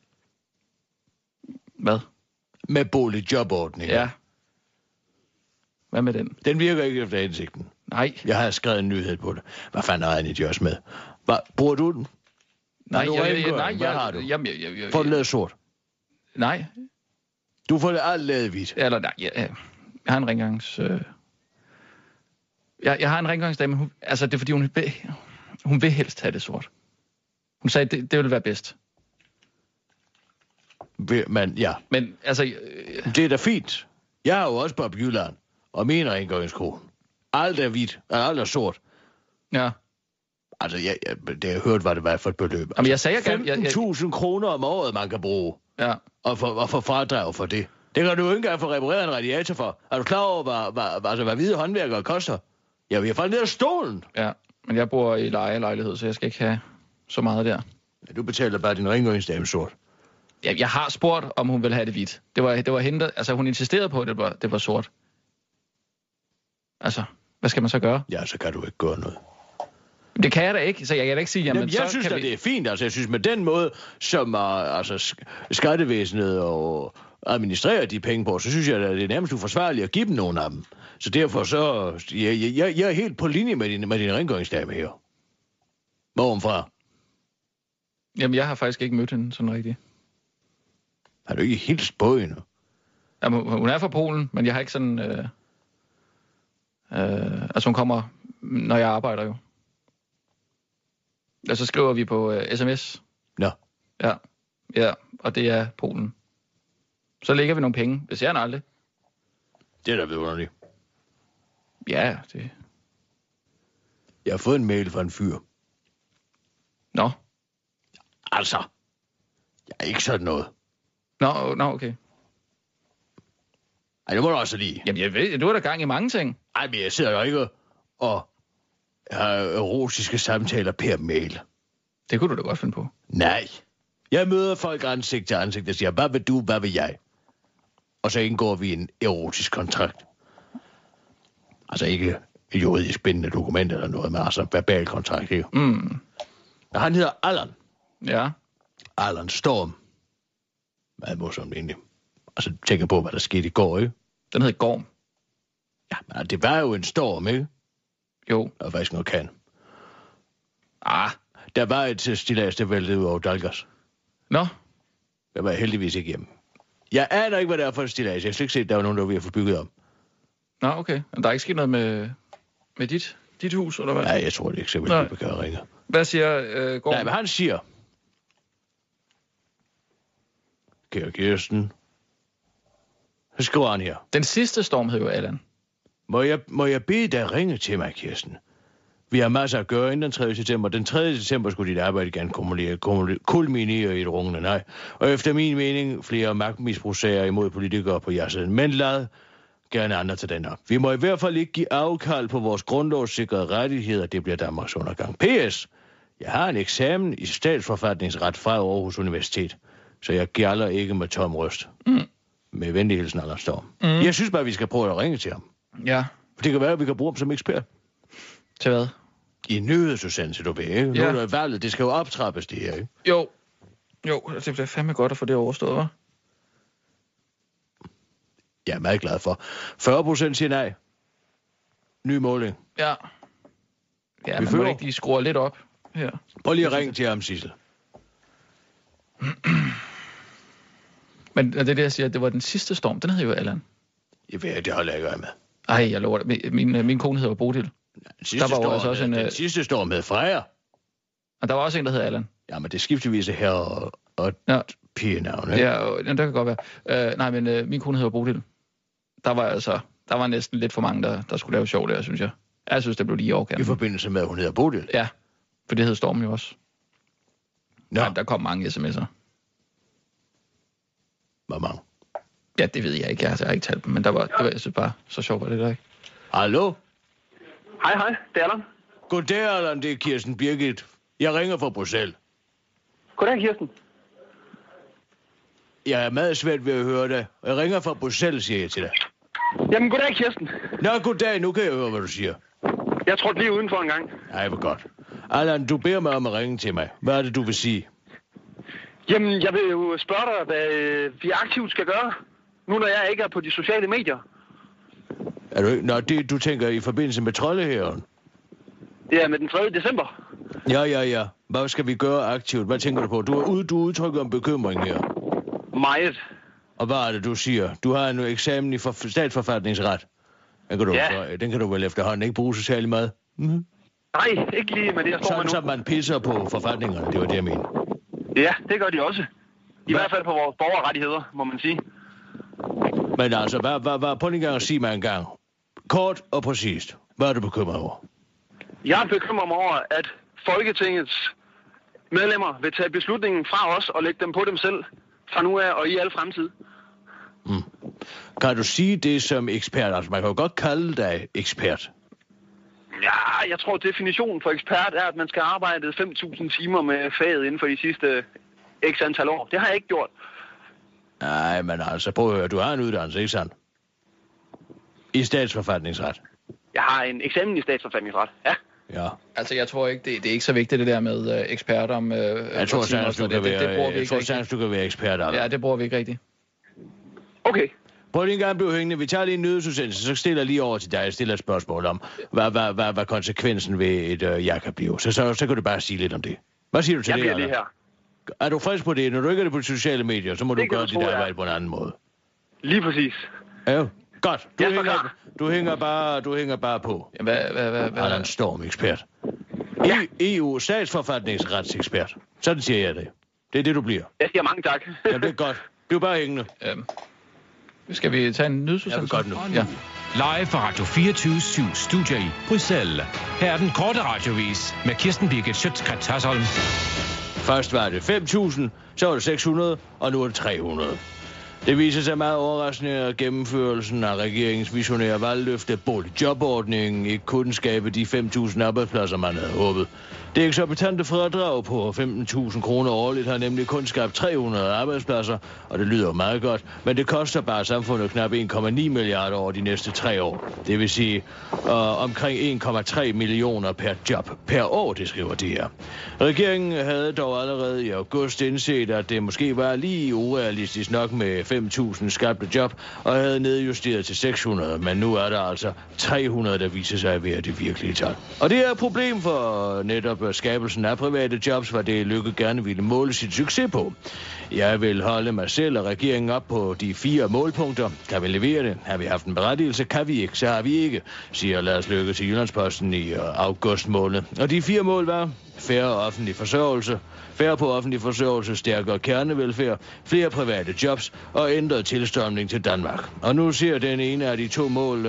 Hvad? Med boligjobordning. Ja. Hvad med den? Den virker ikke efter hensigten. Nej. Jeg har skrevet en nyhed på det. Hvad fanden har Annie også med? Bruger du den? Nej, Hvad har du? Jeg Får du lavet sort? Nej. Du får det alt lavet hvidt. Eller nej, jeg har en rengørings... Jeg har en rengøringsdame, men det er fordi, hun vil helst have det sort. Hun sagde, det ville være bedst. Men ja. Men altså... Det er da fint. Jeg har jo også Bob Jylland og min rengøringskone. Alt er hvidt, og alt er sort. Ja. Altså, det har hørt, hvad det var for et beløb. Jamen, jeg sagde, jeg gerne... 15.000 kroner om året, man kan bruge. Ja. Og få fradrag for det. Det kan du jo ikke engang få repareret en radiator for. Er du klar over, hvad hvide håndværkere koster? Ja, vi har faldet ned af stolen. Ja, men jeg bor i lejelejlighed, så jeg skal ikke have så meget der. Ja, du betaler bare din rengøringsdame sort. Ja, jeg har spurgt, om hun ville have det hvidt. Det var hende, der, hun insisterede på, at det var sort. Altså, hvad skal man så gøre? Ja, så kan du ikke gøre noget. Det kan jeg da ikke, så jeg kan da ikke sige, jamen jeg synes, at det er fint. Altså, jeg synes, med den måde, som skattevæsenet og administrerer de penge på, så synes jeg, at det er nærmest uforsvarligt at give dem nogle af dem. Så derfor så... Jeg er helt på linje med din rengøringsdame her. Hvoromfra? Jamen, jeg har faktisk ikke mødt hende sådan rigtigt. Har du ikke helt spået endnu? Jamen, hun er fra Polen, men jeg har ikke sådan... hun kommer, når jeg arbejder jo. Og så skriver vi på sms. Nå. Ja, og det er Polen. Så lægger vi nogle penge. Det ser han aldrig. Det er da vidunderligt. Ja, det... Jeg har fået en mail fra en fyr. Nå. Altså. Jeg er ikke sådan noget. Nå, okay. Ej, det må du også lige. Jamen, jeg ved, du er der gang i mange ting. Ej, men jeg sidder jo ikke og har erotiske samtaler per mail. Det kunne du da godt finde på. Nej. Jeg møder folk ansigt til ansigt og siger, hvad vil du, hvad vil jeg? Og så indgår vi en erotisk kontrakt. Altså ikke et juridisk bindende dokument eller noget, men altså en verbal kontrakt her. Og han hedder Allan. Ja. Allan Storm. Meget morsomt egentlig. Altså tænker på, hvad der skete i går, ikke? Den hed Gorm. Ja, men det var jo en storm, ikke? Jo. Der var faktisk noget kan. Der var et stillads, der væltede ud over Dalgas. Nå. Der var jeg heldigvis ikke hjemme. Jeg aner ikke, hvad det er for et stillads. Jeg har slet ikke set, at der var nogen, der var ved at få bygget om. Nå, okay. Men der er ikke sket noget med dit hus, eller hvad? Nej, jeg tror det ikke, så vil jeg begynde at ringe. Hvad siger Gorm? Nej, men han siger... Kære Kirsten. Så skriver han her. Den sidste storm hed jo Allan. Må jeg bede dig ringe til mig, Kirsten? Vi har masser at gøre inden den 3. september. Den 3. september skulle dit arbejde gerne kulminere i et rungende nej. Og efter min mening, flere magtmisbrugssager imod politikere på jersiden. Men lad gerne andre til den op. Vi må i hvert fald ikke give afkald på vores grundlovssikrede rettigheder. Det bliver Danmarks undergang. PS. Jeg har en eksamen i statsforfatningsret fra Aarhus Universitet. Så jeg gælder ikke med tom røst. Med venlig hilsen, Allan Storm. Jeg synes bare, vi skal prøve at ringe til ham. Ja. For det kan være, at vi kan bruge ham som ekspert. Til hvad? I nyhedsudsendelse, du ved, ikke? Ja. Nu er der valget, det skal jo optrappes, det her, ikke? Jo, det bliver fandme godt at få det overstået, hva'? Jeg er meget glad for. 40% siger nej. Ny måling. Ja, man må ikke lige skrue lidt op her. Prøv lige at ringe til ham, Sissel. Men det er det, jeg siger, det var den sidste storm. Den hed jo Allan. Jeg ved, det holder jeg ikke med. Ej, jeg lover det. Min kone hedder Bodil. Den sidste storm hed Freja. Og der var også en, der hed Allan. Ja, men det skiftevis her og pigenavn, ikke? Ja, det kan godt være. Nej, men min kone hedder Bodil. Der var næsten lidt for mange, der skulle lave sjov der, synes jeg. Jeg synes, det blev lige overkendt. I forbindelse med, at hun hedder Bodil? Ja, for det hed stormen jo også. Nå. Nej, der kom mange sms'er. Hvor mange? Ja, det ved jeg ikke. Jeg har ikke talt dem, men det var, jeg synes bare, så sjovt var det der, ikke? Hallo? Hej, det er Allan. Goddag, Allan, det er Kirsten Birgit. Jeg ringer fra Bruxelles. Goddag, Kirsten. Jeg er meget svært ved at høre dig. Jeg ringer fra Bruxelles, siger jeg til dig. Jamen, goddag, Kirsten. Nå, goddag, nu kan jeg høre, hvad du siger. Jeg trådte lige udenfor en gang. Ej, hvor godt. Allan, du beder mig om at ringe til mig. Hvad er det, du vil sige? Jamen, jeg vil jo spørge dig, hvad vi aktivt skal gøre, nu når jeg ikke er på de sociale medier. Er du ikke? Nå, det du tænker i forbindelse med Troldehæren? Ja, med den 3. december. Ja. Hvad skal vi gøre aktivt? Hvad tænker du på? Du udtrykker en bekymring her. Meget. Og hvad er det, du siger? Du har en eksamen i statsforfatningsret. Den kan du vel efterhånden ikke bruge så særlig meget? Mm-hmm. Nej, ikke lige med det, jeg står med nu. Sådan, man pisser på forfatningerne, det var det, jeg mener. Ja, det gør de også. I hvert fald på vores borgerrettigheder, må man sige. Men altså, prøv lige at sige mig en gang. Kort og præcist. Hvad er du bekymret over? Jeg bekymrer mig over, at Folketingets medlemmer vil tage beslutningen fra os og lægge dem på dem selv fra nu af og i al fremtid. Kan du sige det som ekspert? Altså, man kan jo godt kalde dig ekspert. Ja, jeg tror, definitionen for ekspert er, at man skal arbejde 5.000 timer med faget inden for de sidste x antal år. Det har jeg ikke gjort. Nej, men altså, prøv at høre. Du har en uddannelse, ikke sandt? I statsforfatningsret. Jeg har en eksamen i statsforfatningsret, ja. Ja. Altså, jeg tror ikke, det er ikke så vigtigt, det der med eksperter om... jeg tror sagtens, du kan være ekspert. Ja, det bruger vi ikke rigtigt. Okay. Prøv lige en gang at blive hængende. Vi tager lige en nyhedsudsendelse, så stiller jeg lige over til dig. Jeg stiller et spørgsmål om, hvad konsekvensen ved et ja kan blive. Så kan du bare sige lidt om det. Hvad siger du til det? Jeg bliver lige her. Er du frisk på det? Når du ikke er det på de sociale medier, så må du gøre dit arbejde på en anden måde. Lige præcis. Ja, godt. Du hænger bare på. Ja, hvad? Allan Storm, ekspert. Ja. EU statsforfatningsretsekspert. Sådan siger jeg det. Det er det, du bliver. Jeg siger mange tak. Ja, det er godt. Bliv bare hængende. Skal vi tage en nyhedsudsendelse? Ja, godt nu. Ja. Live fra Radio 24/7 Studio i Bruxelles. Her er den korte radiovis med Kirsten Birgit Schøtz-Krets Hasholm. Først var det 5.000, så var det 600, og nu er det 300. Det viser sig meget overraskende, at gennemførelsen af regeringens visionære valgløfte boligjobordningen ikke kunne skabe de 5.000 arbejdspladser, man havde håbet. Det eksorbitante fradrag på 15.000 kroner årligt har nemlig kun skabt 300 arbejdspladser, og det lyder jo meget godt, men det koster bare samfundet knap 1,9 milliarder over de næste 3 år. Det vil sige omkring 1,3 millioner per job per år, det skriver det her. Regeringen havde dog allerede i august indset, at det måske var lige urealistisk nok med 5.000 skabte job, og havde nedjusteret til 600, men nu er der altså 300, der viser sig at være det virkelige tal. Og det er et problem for netop skabelsen af private jobs, var det Løkke gerne ville måle sit succes på. Jeg vil holde mig selv og regeringen op på de 4 målpunkter. Kan vi levere det? Har vi haft en berettigelse? Kan vi ikke? Så har vi ikke, siger Lars Løkke til Jyllandsposten i august måned. Og de 4 mål var færre offentlig forsørgelse, færre på offentlig forsørgelse, stærkere kernevelfærd, flere private jobs og ændret tilstrømning til Danmark. Og nu ser den ene af de 2 mål,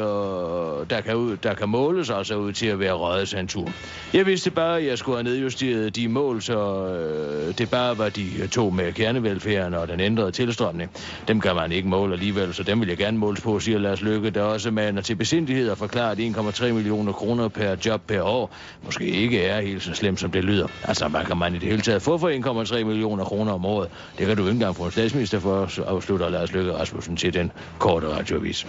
der kan måles, altså ud til at være røget sig en tur. Jeg vidste bare, at jeg skulle have nedjusteret de mål, så det bare var de 2 med kernevelfærden og den ændrede tilstrømning. Dem kan man ikke måle alligevel, så dem vil jeg gerne måles på, siger Lars Løkke, der også maner til besindighed og forklarer, at 1,3 millioner kroner per job per år måske ikke er helt så slemt, som det lyder. Altså, hvad kan man i det hele taget få for 1,3 millioner kroner om året? Det kan du ikke engang få en statsminister for, afslutter Lars Løkke Rasmussen til den korte radioavis.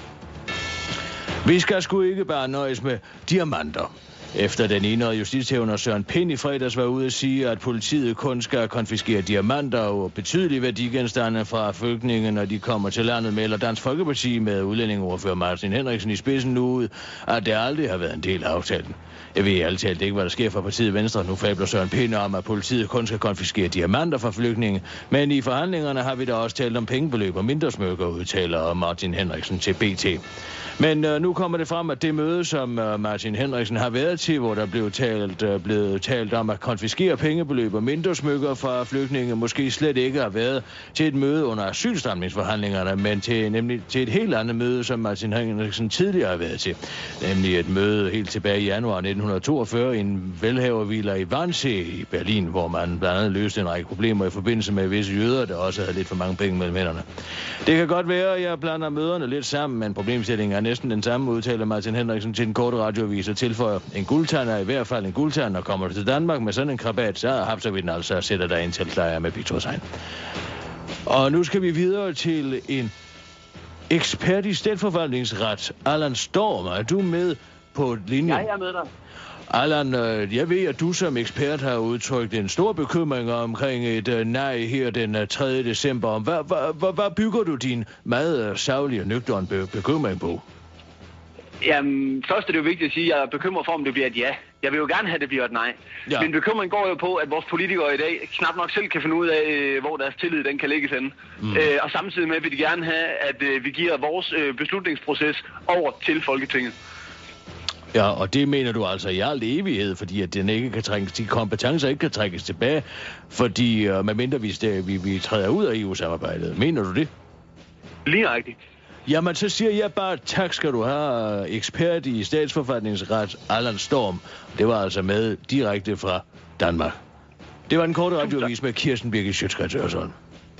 Vi skal sgu ikke bare nøjes med diamanter. Efter den ene justitshævner Søren Pind i fredags var ude at sige, at politiet kun skal konfiskere diamanter og betydelige værdigenstande fra flygtninge, når de kommer til landet, melder Dansk Folkeparti med udlændingeordfører Martin Henriksen i spidsen nu ud, at det aldrig har været en del af aftalen. Jeg ved ærligt talt ikke, hvad der sker for partiet Venstre. Nu fabler Søren Pind om, at politiet kun skal konfiskere diamanter fra flygtninge, men i forhandlingerne har vi da også talt om pengebeløb og mindre smykker, udtaler Martin Henriksen til BT. Men nu kommer det frem, at det møde, som Martin Henriksen har været Marti, hvor der blev talt om at konfiskere pengebeløb og mindre smykker fra flygtninge, måske slet ikke har været til et møde under asylstramningsforhandlingerne, men nemlig til et helt andet møde, som Martin Henriksen tidligere har været til. Nemlig et møde helt tilbage i januar 1942 i en velhavervilla i Wannsee i Berlin, hvor man blandt andet løste en række problemer i forbindelse med visse jøder, der også havde lidt for mange penge mellem hænderne. Det kan godt være, at jeg blander møderne lidt sammen, men problemstillingen er næsten den samme, udtaler Martin Henriksen til den korte radioavis og tilføjer: en guldtand er i hvert fald en guldtand, og kommer du til Danmark med sådan en krabat, så hapser vi den altså og sætter dig ind til lejr med Pictorsegn. Og nu skal vi videre til en ekspert i statsforvaltningsret, Allan Storm. Er du med på linjen? Ja, jeg er med dig. Allan, jeg ved, at du som ekspert har udtrykt en stor bekymring omkring et nej her den 3. december. Hvad bygger du din meget savlige og nøgtern bekymring på? Jamen, først er det jo vigtigt at sige, at jeg er bekymret for, om det bliver et ja. Jeg vil jo gerne have, at det bliver et nej. Ja. Min bekymring går jo på, at vores politikere i dag knap nok selv kan finde ud af, hvor deres tillid den kan lægges hen. Og samtidig med vil de gerne have, at vi giver vores beslutningsproces over til Folketinget. Ja, og det mener du altså i al evighed, fordi at den ikke kan trækkes, de kompetencer ikke kan trækkes tilbage, fordi medmindre vi træder ud af EU-samarbejdet. Mener du det? Lige rigtigt. Jamen, så siger jeg bare, tak skal du have, ekspert i statsforfatningsret, Allan Storm. Det var altså med direkte fra Danmark. Det var en kort radioavis med Kirsten Birgit Schøtz-Krets Hørsholm.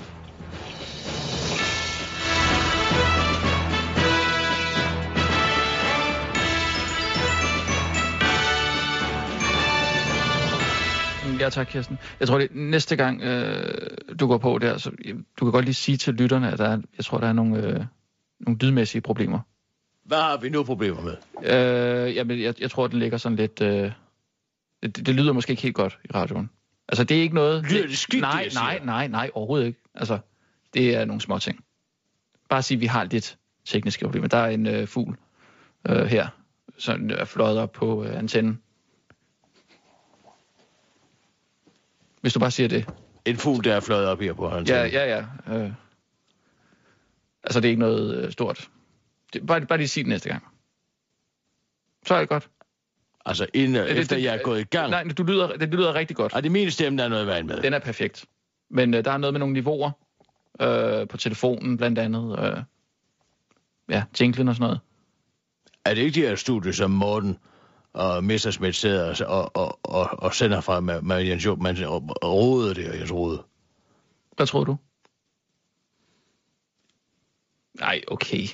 Ja, tak, Kirsten. Jeg tror, det næste gang, du går på der, så du kan godt lige sige til lytterne, at jeg tror, der er nogle lydmæssige problemer. Hvad har vi nu problemer med? Jamen, jeg tror, den ligger sådan lidt... Det lyder måske ikke helt godt i radioen. Altså, det er ikke noget... Lyder det skidt, Nej, overhovedet ikke. Altså, det er nogle små ting. Bare sige, at vi har lidt tekniske problemer. Der er en fugl her, som er fløjet op på antennen. Hvis du bare siger det. En fugl, der er fløjet op her på antennen? Ja. Altså, det er ikke noget stort. Bare lige sige det næste gang. Så er det godt. Altså, efter jeg er gået i gang? Nej, det lyder rigtig godt. Og det er min stemme, der er noget vejen med. Den er perfekt. Men der er noget med nogle niveauer på telefonen, blandt andet. Jinglen og sådan noget. Er det ikke de her studier, som Morten og Messerschmidt sidder og sender fra med Jens Job, man råder det, og Jens Rode? Hvad tror du? Nej, okay.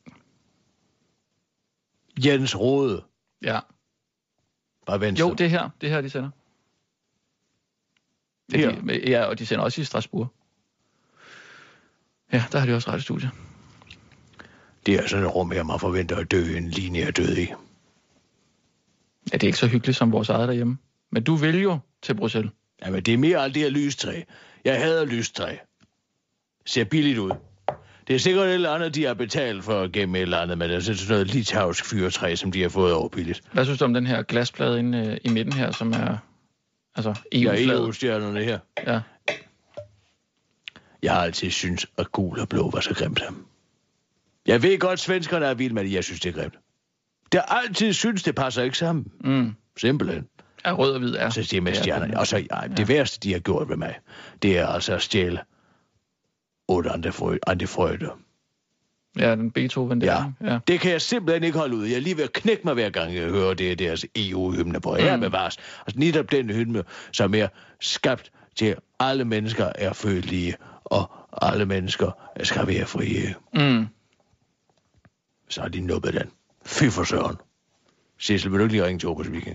Jens Rode? Ja. Bare venstre? Jo, det er her, de sender. Ja, og de sender også i Strasbourg. Ja, der har de også radiostudie. Det er sådan et rum her, man forventer at dø en linje af død i. Ja, det er ikke så hyggeligt som vores eget derhjemme. Men du vil jo til Bruxelles. Jamen, det er mere alt det her lystræ. Jeg hader lystræ. Ser billigt ud. Det er sikkert et eller andet, de har betalt for at gemme et eller andet, men det er sådan noget litauisk fyretræ, som de har fået over billigt. Hvad synes du om den her glasplade inde i midten her, som er altså EU-flaget? Ja, EU-stjernerne her. Ja. Jeg har altid syntes, at gul og blå var så grimt. Jeg ved godt, svenskerne er vilde med det. Jeg synes, det er grimt. Det har altid synes, det passer ikke sammen. Simpelthen. Ja, rød og hvid er. Så det er med stjernerne. Og så det værste, de har gjort ved mig, det er altså at stjæle 8 antifrøjder. Ja, den Beethoven der. Ja, det kan jeg simpelthen ikke holde ud. Jeg er lige ved at knække mig hver gang, jeg hører det deres EU-hymne på. Her bevares. Altså netop den hymne, som er skabt til, at alle mennesker er født lige, og alle mennesker skal være frie. Så har de nubbet den. Fy for søren. Sissel, vil du ikke lige ringe til Obers Viking?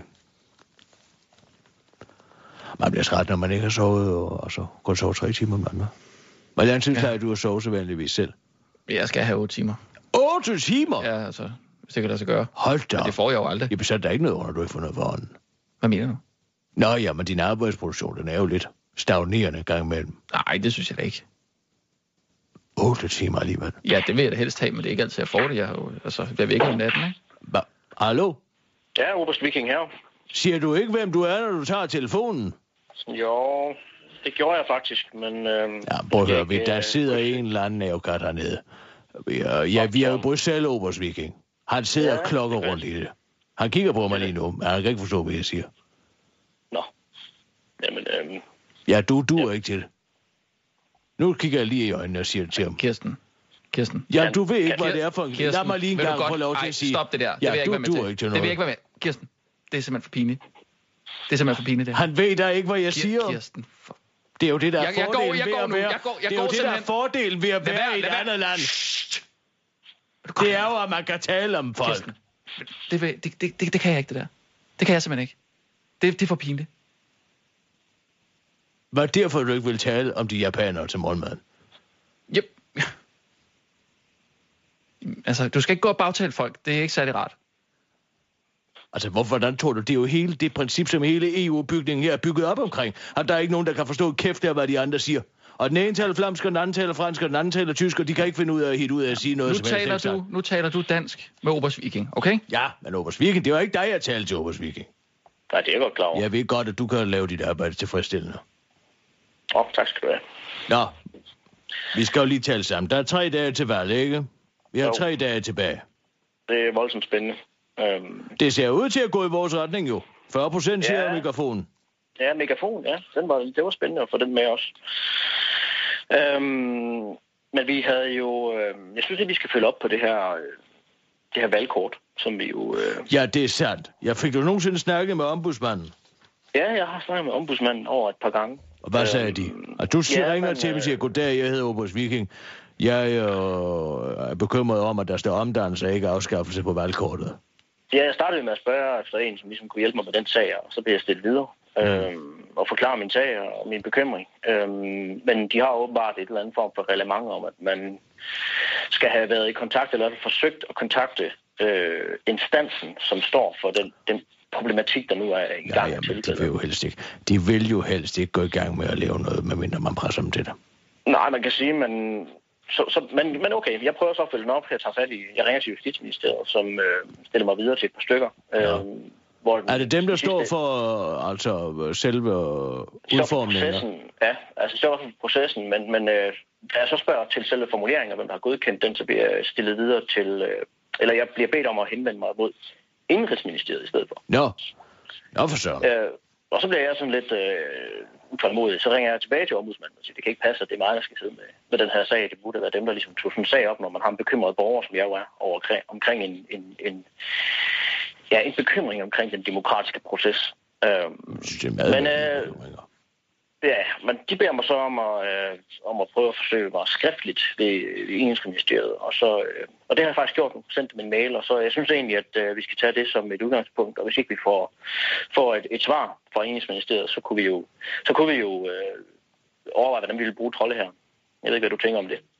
Man bliver træt, når man ikke har sovet, og så kun sove 3 timer om natten. Hvor lang tid plejer du at sove så vanligvis selv? Jeg skal have 8 timer. 8 timer? Ja, altså, hvis det kan lade sig gøre. Hold da. Men det får jeg jo aldrig. Jeg besætter der ikke noget under, du ikke får noget for hånden. Hvad mener du? Nå ja, men din arbejdsproduktion, den er jo lidt stagnerende gang imellem. Nej, det synes jeg da ikke. 8 timer alligevel. Ja, det vil jeg da helst have, men det er ikke altid, jeg får det. Jeg vil ikke om natten, ikke? Hallo? Ja, Oberst Viking her. Siger du ikke, hvem du er, når du tager telefonen? Jo, det gjorde jeg faktisk, men... prøv at høre, der sidder en eller anden nævkat hernede. Vi er jo Bruxelles, Oberst Viking. Han sidder og klokker rundt i det. Han kigger på mig lige nu, men han kan ikke forstå, hvad jeg siger. Nå. Jamen, Ja, du duer ikke til det. Nu kigger jeg lige i øjnene og siger det til ham. Kirsten. Ja, du ved ikke, hvad det er for en... Lad mig lige en gang få lov til at sige... Stop det der. Ja, det vil jeg ikke være med til. Ikke til noget. Det vil jeg ikke være med. Kirsten, det er simpelthen for pinligt. Det er simpelthen for pinligt, det. Han ved da ikke, hvad jeg siger. Kirsten, det er jo det, der er fordelen ved at være... Det er jo det, der er fordelen ved at være i et andet land. Det er jo, at man kan tale om folk. Kirsten, det kan jeg ikke, det der. Det kan jeg simpelthen ikke. Det er for pinligt. Hvad er derfor, du ikke vil tale om de japanere til morgenmaden? Yep. Altså, du skal ikke gå og bagtale folk. Det er ikke særlig rart. Altså, hvordan tror du? Det er jo hele det princip, som hele EU-bygningen her er bygget op omkring. At der er ikke nogen, der kan forstå kæft af, hvad de andre siger. Og den ene taler flamsk, og den anden taler fransk, og den anden taler tysk, og de kan ikke finde ud af at hit ud af at sige noget som helst. Nu taler du dansk med Oberst Viking, okay? Ja, men Oberst Viking, det var ikke dig, jeg talte til Oberst Viking. Nej, det er godt klar over. Jeg ved godt, at du kan lave dit arbejde tilfredsstillende. Tak skal du have. Nå, vi skal jo lige tale sammen. Der er 3 dage til valg, ikke? Vi har 3 dage tilbage. Det er voldsomt spændende. Det ser ud til at gå i vores retning jo. 40% siger megafonen. Ja, megafon, ja. Det var spændende at få den med os. Men vi havde jo... jeg synes, at vi skal følge op på det her valgkort, som vi jo... Ja, det er sandt. Jeg fik du nogensinde snakket med ombudsmanden? Ja, jeg har snakket med ombudsmanden over et par gange. Og hvad sagde de? Og du ringer til mig og siger, goddag, jeg hedder Oberst Viking. Jeg er bekymret om, at der står omdannelse og ikke afskaffelse på valgkortet. Ja, jeg startede med at spørge efter en, som ligesom kunne hjælpe mig med den sag, og så blev jeg stillet videre og forklare min sag og min bekymring. Men de har åbenbart et eller andet form for reglement om, at man skal have været i kontakt eller forsøgt at kontakte instansen, som står for den problematik, der nu er i gang. Ja, men de vil jo helst ikke. De vil jo helst ikke gå i gang med at lave noget, medmindre man presser dem til det. Nej, man kan sige, men okay, jeg prøver så at følge den op. Jeg ringer til Justitsministeriet, som stiller mig videre til et par stykker. Ja. Er det dem, der står for selve udformningen? Ja, altså står for processen, men da jeg så spørger til selve formuleringen, hvem der har godkendt den, så bliver jeg stillet videre til, eller jeg bliver bedt om at henvende mig mod Indenrigsministeriet i stedet for. Nå for søren. Og så bliver jeg sådan lidt utålmodig. Så ringer jeg tilbage til ombudsmanden og siger, det kan ikke passe, at det er mig, der skal sidde med den her sag. Det burde være dem, der ligesom tog sådan en sag op, når man har en bekymret borger, som jeg jo er, omkring en bekymring omkring den demokratiske proces. Men de beder mig så om at prøve at forsøge mig skriftligt ved Indenrigsministeriet, og det har jeg faktisk gjort nu, sendt dem en mail, og så jeg synes egentlig, at vi skal tage det som et udgangspunkt, og hvis ikke vi får et svar fra Indenrigsministeriet, så kunne vi jo overveje, hvordan vi vil bruge trolde her. Jeg ved ikke, hvad du tænker om det.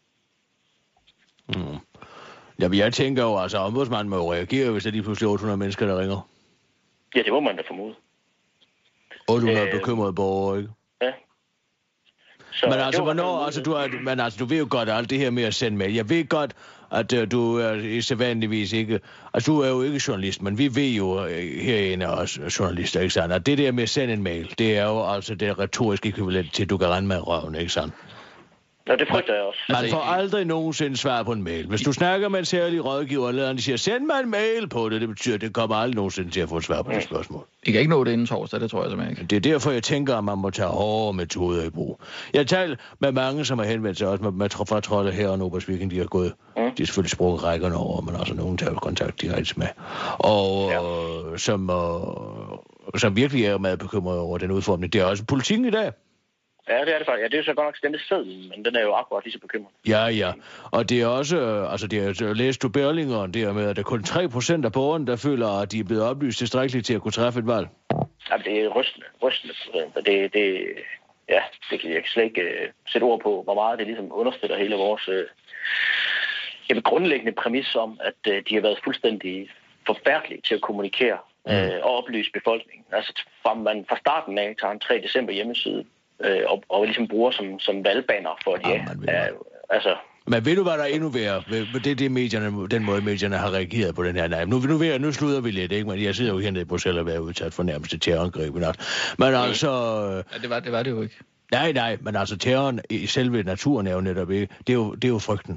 Ja, jeg tænker jo, altså ombudsmanden må jo reagere, hvis der lige pludselig 800 mennesker, der ringer. Ja, det må man da formode. 800 bekymrede borgere, ikke? Ja. Men altså, du ved jo godt alt det her med at sende mail. Jeg ved godt, at du er sædvanligvis ikke... Altså, du er jo ikke journalist, men vi ved jo herinde også journalister, ikke sandt? At det der med at sende en mail, det er jo altså det retoriske ekvivalent til, at du kan rende med røven, ikke sandt? Ja, det frygter jeg også. Man får aldrig nogensinde svar på en mail. Hvis du snakker med en særlig rådgiver, eller de siger, send mig en mail på det, det betyder, at det kommer aldrig nogensinde til at få et svar på det spørgsmål. I kan ikke nå det inden torsdag, det tror jeg simpelthen ikke. Det er derfor, jeg tænker, at man må tage hårde metoder i brug. Jeg har talt med mange, som har henvendt sig også med fortrolde her og Oberst Viking, de har gået. De har selvfølgelig sprunget rækkerne over, men også nogen tager kontakt direkte med. Og som virkelig er meget bekymret over den udformning. Det er også politikken i dag. Ja, det er det faktisk. Ja, det er jo så godt nok stemmesedlen, men den er jo akkurat lige så bekymret. Ja. Og det er også, læste du Berlinger, det er med, at der er kun 3% af borgerne, der føler, at de er blevet oplyst tilstrækkeligt til at kunne træffe et valg. Ja, det er rystende. Det kan jeg slet ikke sætte ord på, hvor meget det ligesom understøtter hele vores grundlæggende præmis om, at de har været fuldstændig forfærdelige til at kommunikere og oplyse befolkningen. Altså fra starten af tager en 3. december hjemmeside, og ligesom bruger som valgbaner for Men ved du, hvad der er endnu værre? Det er medierne, den måde medierne har reageret på den her. Nej, nu slutter vi lidt, ikke? Men jeg sidder jo hernede i Bruxelles og været udsat for nærmeste terrorangreb i nat. Men altså... Ja, det var det jo ikke. Nej, men altså terroren i selve naturen er jo netop ikke... Det er jo frygten.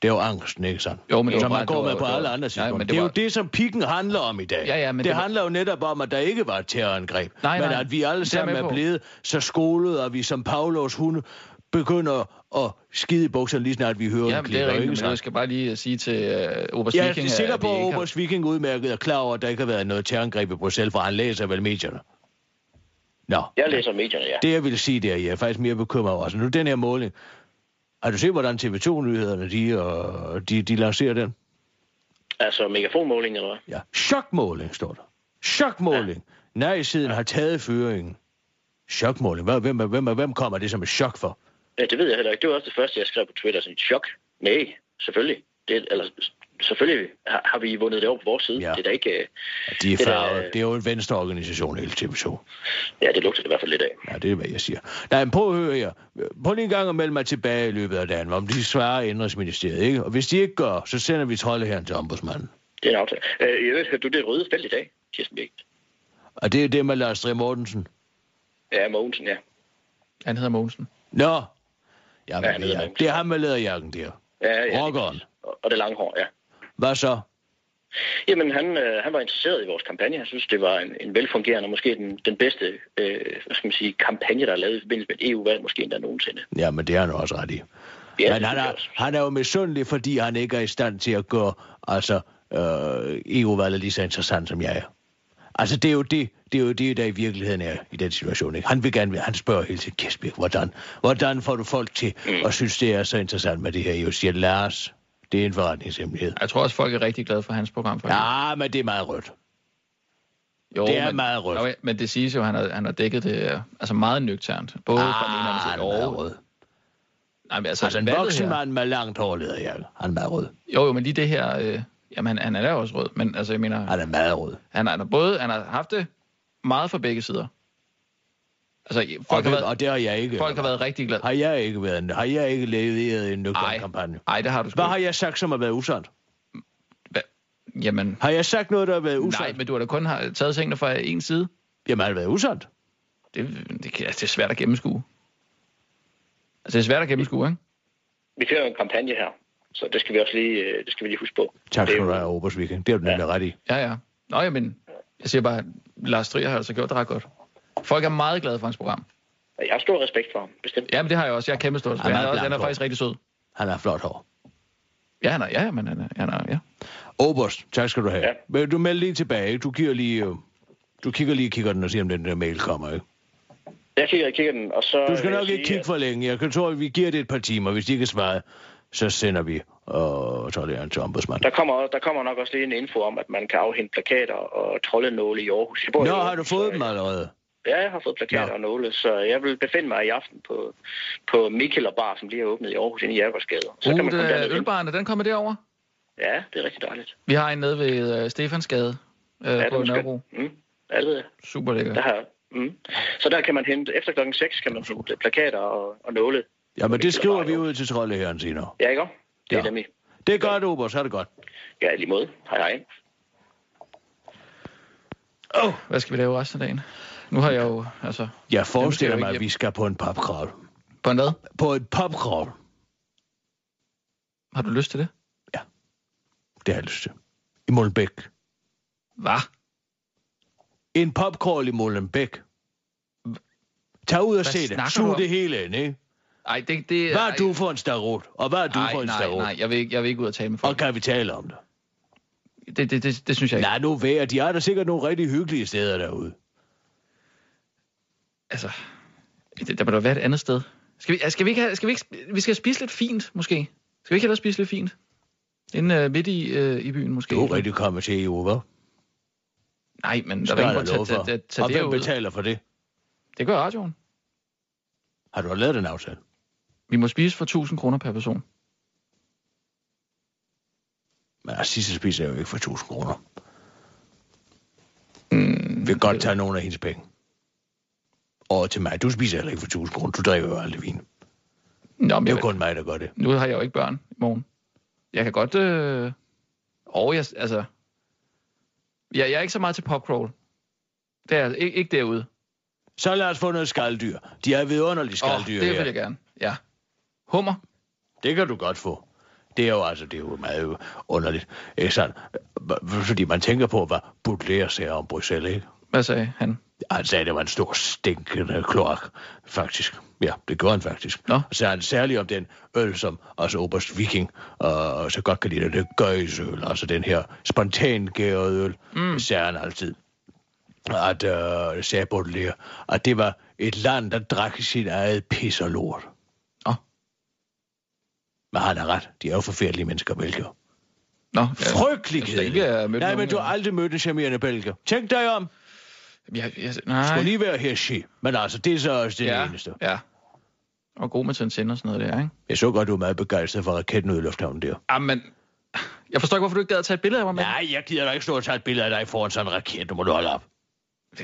Det er jo angsten, ikke sandt? Jo, men så man går med på alle andre tidspunkter. Det er jo det, som pikken handler om i dag. Ja, men det handler jo netop om, at der ikke var et terrorangreb. Men at vi alle sammen er blevet så skolede, og vi som Pavlovs hunde begynder at skide i bukserne lige snart vi hører en klip. Ja, det er rigtigt, men jeg skal bare lige sige til Oberst Viking... Jeg er sikker på, at Oberst Viking udmærket er klar over, at der ikke har været noget terrorangreb i Bruxelles, for han læser vel medierne. Nå. Jeg læser medierne, ja. Det jeg vil sige, det er, at jeg er faktisk mere bekymret over. Altså nu den her måling. Har du set, hvordan TV2-nyhederne, de lancerer den? Altså megafonmåling, eller hvad? Ja, chokmåling, står der. Chokmåling. Ja. Nej-siden har taget føringen. Chokmåling. Hvem kommer det som et chok for? Ja, det ved jeg heller ikke. Det var også det første, jeg skrev på Twitter. Sådan et chok. Nej, selvfølgelig. Selvfølgelig har vi vundet det over på vores side. Ja. Det er da ikke... Det er jo en venstreorganisation, hele TV2. Ja, det lugter det i hvert fald lidt af. Ja, det er, hvad jeg siger. Nej, men prøv at høre her. Prøv lige en gang at melde mig tilbage i løbet af dagen, om de svarer Indrigsministeriet, ikke? Og hvis de ikke gør, så sender vi troldeherren til ombudsmanden. Det er en aftale. Hørte du det røde felt i dag, Kirsten Birgit? Og det er det med Lars Trier Mortensen? Ja, Mogensen, ja. Han hedder Mogensen. Nå. Ja, det er ham med læderjakken der. Ja. Rockeren. Og det lange hår, ja. Hvad så? Jamen, han var interesseret i vores kampagne. Jeg synes, det var en velfungerende, måske den bedste, kampagne, der er lavet i forbindelse med et EU-valg, måske endda nogensinde. Ja, men det er han også ret i. Ja, men han er jo misundelig, fordi han ikke er i stand til at gøre EU-valget lige så interessant, som jeg er. Altså, det er jo det, der i virkeligheden er i den situation, ikke? Han spørger hele tiden, Kirsten, hvordan får du folk til at synes, det er så interessant med det her? Jeg siger, Lars, det er en forretningshemmelighed. Jeg tror også, folk er rigtig glade for hans program. Ja, men det er meget rødt. Jo, det er meget rødt. Okay, men det siges jo, at han har dækket det meget nøgternt. Både fra den ene og den anden side. Rød. Nej, men altså en voksen mand med langt hår, leder jeg. Han er meget rød. Jo, men lige det her... Jamen, han er da også rød, men altså, jeg mener... Han er meget rød. Han har haft det meget fra begge sider. Altså, og det har jeg ikke. Folk har været rigtig glade. Har jeg ikke leveret en nøgtern kampagne? Nej, det har du sgu. Hvad har jeg sagt, som har været usandt? Jamen... Har jeg sagt noget, der har været usandt? Nej, men du har da kun taget tingene fra en side. Jamen, har det været usandt? Det er svært at gennemskue. Altså, det er svært at gennemskue, ikke? Vi kører en kampagne her. Så det skal vi også lige huske på. Tak skal du have, Oberst Viking. Det er du nemlig ret i. Ja. Nå, jamen, jeg siger bare, Lars Trier har altså gjort det ret godt. Folk er meget glade for hans program. Jeg har stor respekt for ham, bestemt. Ja, men det har jeg også. Jeg er kæmpe stor respekt. Han er faktisk rigtig sød. Han har flot hår. Ja, han er. Oberst, tak skal du have. Ja. Men du melder lige tilbage, ikke? Du kigger lige den og siger, om den der mail kommer, ikke? Jeg kigger den, og så... Du skal nok ikke kigge for længe. Jeg kan tro, at vi giver det et par timer. Hvis de ikke svarer, så sender vi troldeherren til ombudsmanden. Der kommer nok også lige en info om, at man kan afhente plakater og troldenåle i Aarhus. Har du fået dem allerede? Ja, jeg har fået plakater og nåle, så jeg vil befinde mig i aften på Mikkel og Bar, som lige har åbnet i Aarhus inde i Jærgårdsgade. Så kan man komme derned. Ølbaren, den kommer derover? Ja, det er rigtig dejligt. Vi har en nede ved Stefansgade på Nørrebro. Ja, det ved jeg. Super lækker. Så der kan man hente, efter klokken 6 kan man få plakater og nåle. Ja, men det skriver vi ud til troldeherren senere. Ja, ikke? Det er nemlig. Det er godt, Oberst, så er det godt. Ja, lige måde. Hej. Hvad skal vi lave resten af dagen? Nu har jeg jo, altså... Jeg forestiller mig, at vi skal på en popkravl. På en hvad? På et popkravl. Har du lyst til det? Ja, det har jeg lyst til. I Molenbeek. Hvad? En popkravl i Molenbeek. Tag ud og se det. Sug det hele ind, ikke? Ej, det... Hvad er du for en starot? Og hvad er du for en starot? Nej, jeg vil ikke ud og tale med folk. Og kan vi tale om det? Det synes jeg ikke. Nej, nu vær. De har der sikkert nogle rigtig hyggelige steder derude. Altså, der må da være et andet sted. Vi skal spise lidt fint, måske. Skal vi ikke hellere spise lidt fint? Inden midt i byen, måske. Du er rigtig kommet til EU, hva'? Nej, men der er ingen grund til at tage det ud. Og hvem betaler for det? Det gør radioen. Har du lavet den aftale? Vi må spise for 1.000 kroner per person. Men sidste spiser jeg jo ikke for 1.000 kroner. Vi kan godt tage nogle af hendes penge. Og til mig, du spiser heller ikke for 1.000 kroner. Du drikker jo aldrig vin. Nå, men det er jo kun mig, der gør det. Nu har jeg jo ikke børn i morgen. Jeg kan godt... Jeg er ikke så meget til popcrawl. Det er ikke derude. Så lad os få noget skaldyr. De er vidunderlige skaldyr det vil jeg gerne, ja. Hummer? Det kan du godt få. Det er jo meget underligt. Ikke sandt? Fordi man tænker på, hvad Baudelaire sagde om Bruxelles, ikke? Hvad sagde han? Han sagde, at det var en stor stinkende kloak, faktisk. Ja, det gjorde han faktisk. Nå. Så han særligt om den øl, som altså Oberst Viking, og så godt kan lide det gøjsøl, altså den her spontangærede øl, sagde han altid. At, sagde Baudelaire, at det var et land, der drak sit eget pis og lort. Men han har ret. De er jo forfærdelige mennesker, belgier. Nå, frygtelig kedelige. Nej, men du har aldrig mødt en charmerende belgier. Tænk dig om. Nej. Skulle lige være her, men altså, det er så også det eneste. Ja. Og god med tændsende og sådan noget der, ikke? Jeg så godt, du er meget begejstret for raketten ud i lufthavnen der. Jamen, jeg forstår ikke, hvorfor du ikke gad at tage et billede af mig med. Nej, jeg gider da ikke stå og tage et billede af dig foran sådan en raket. Du må du holde op.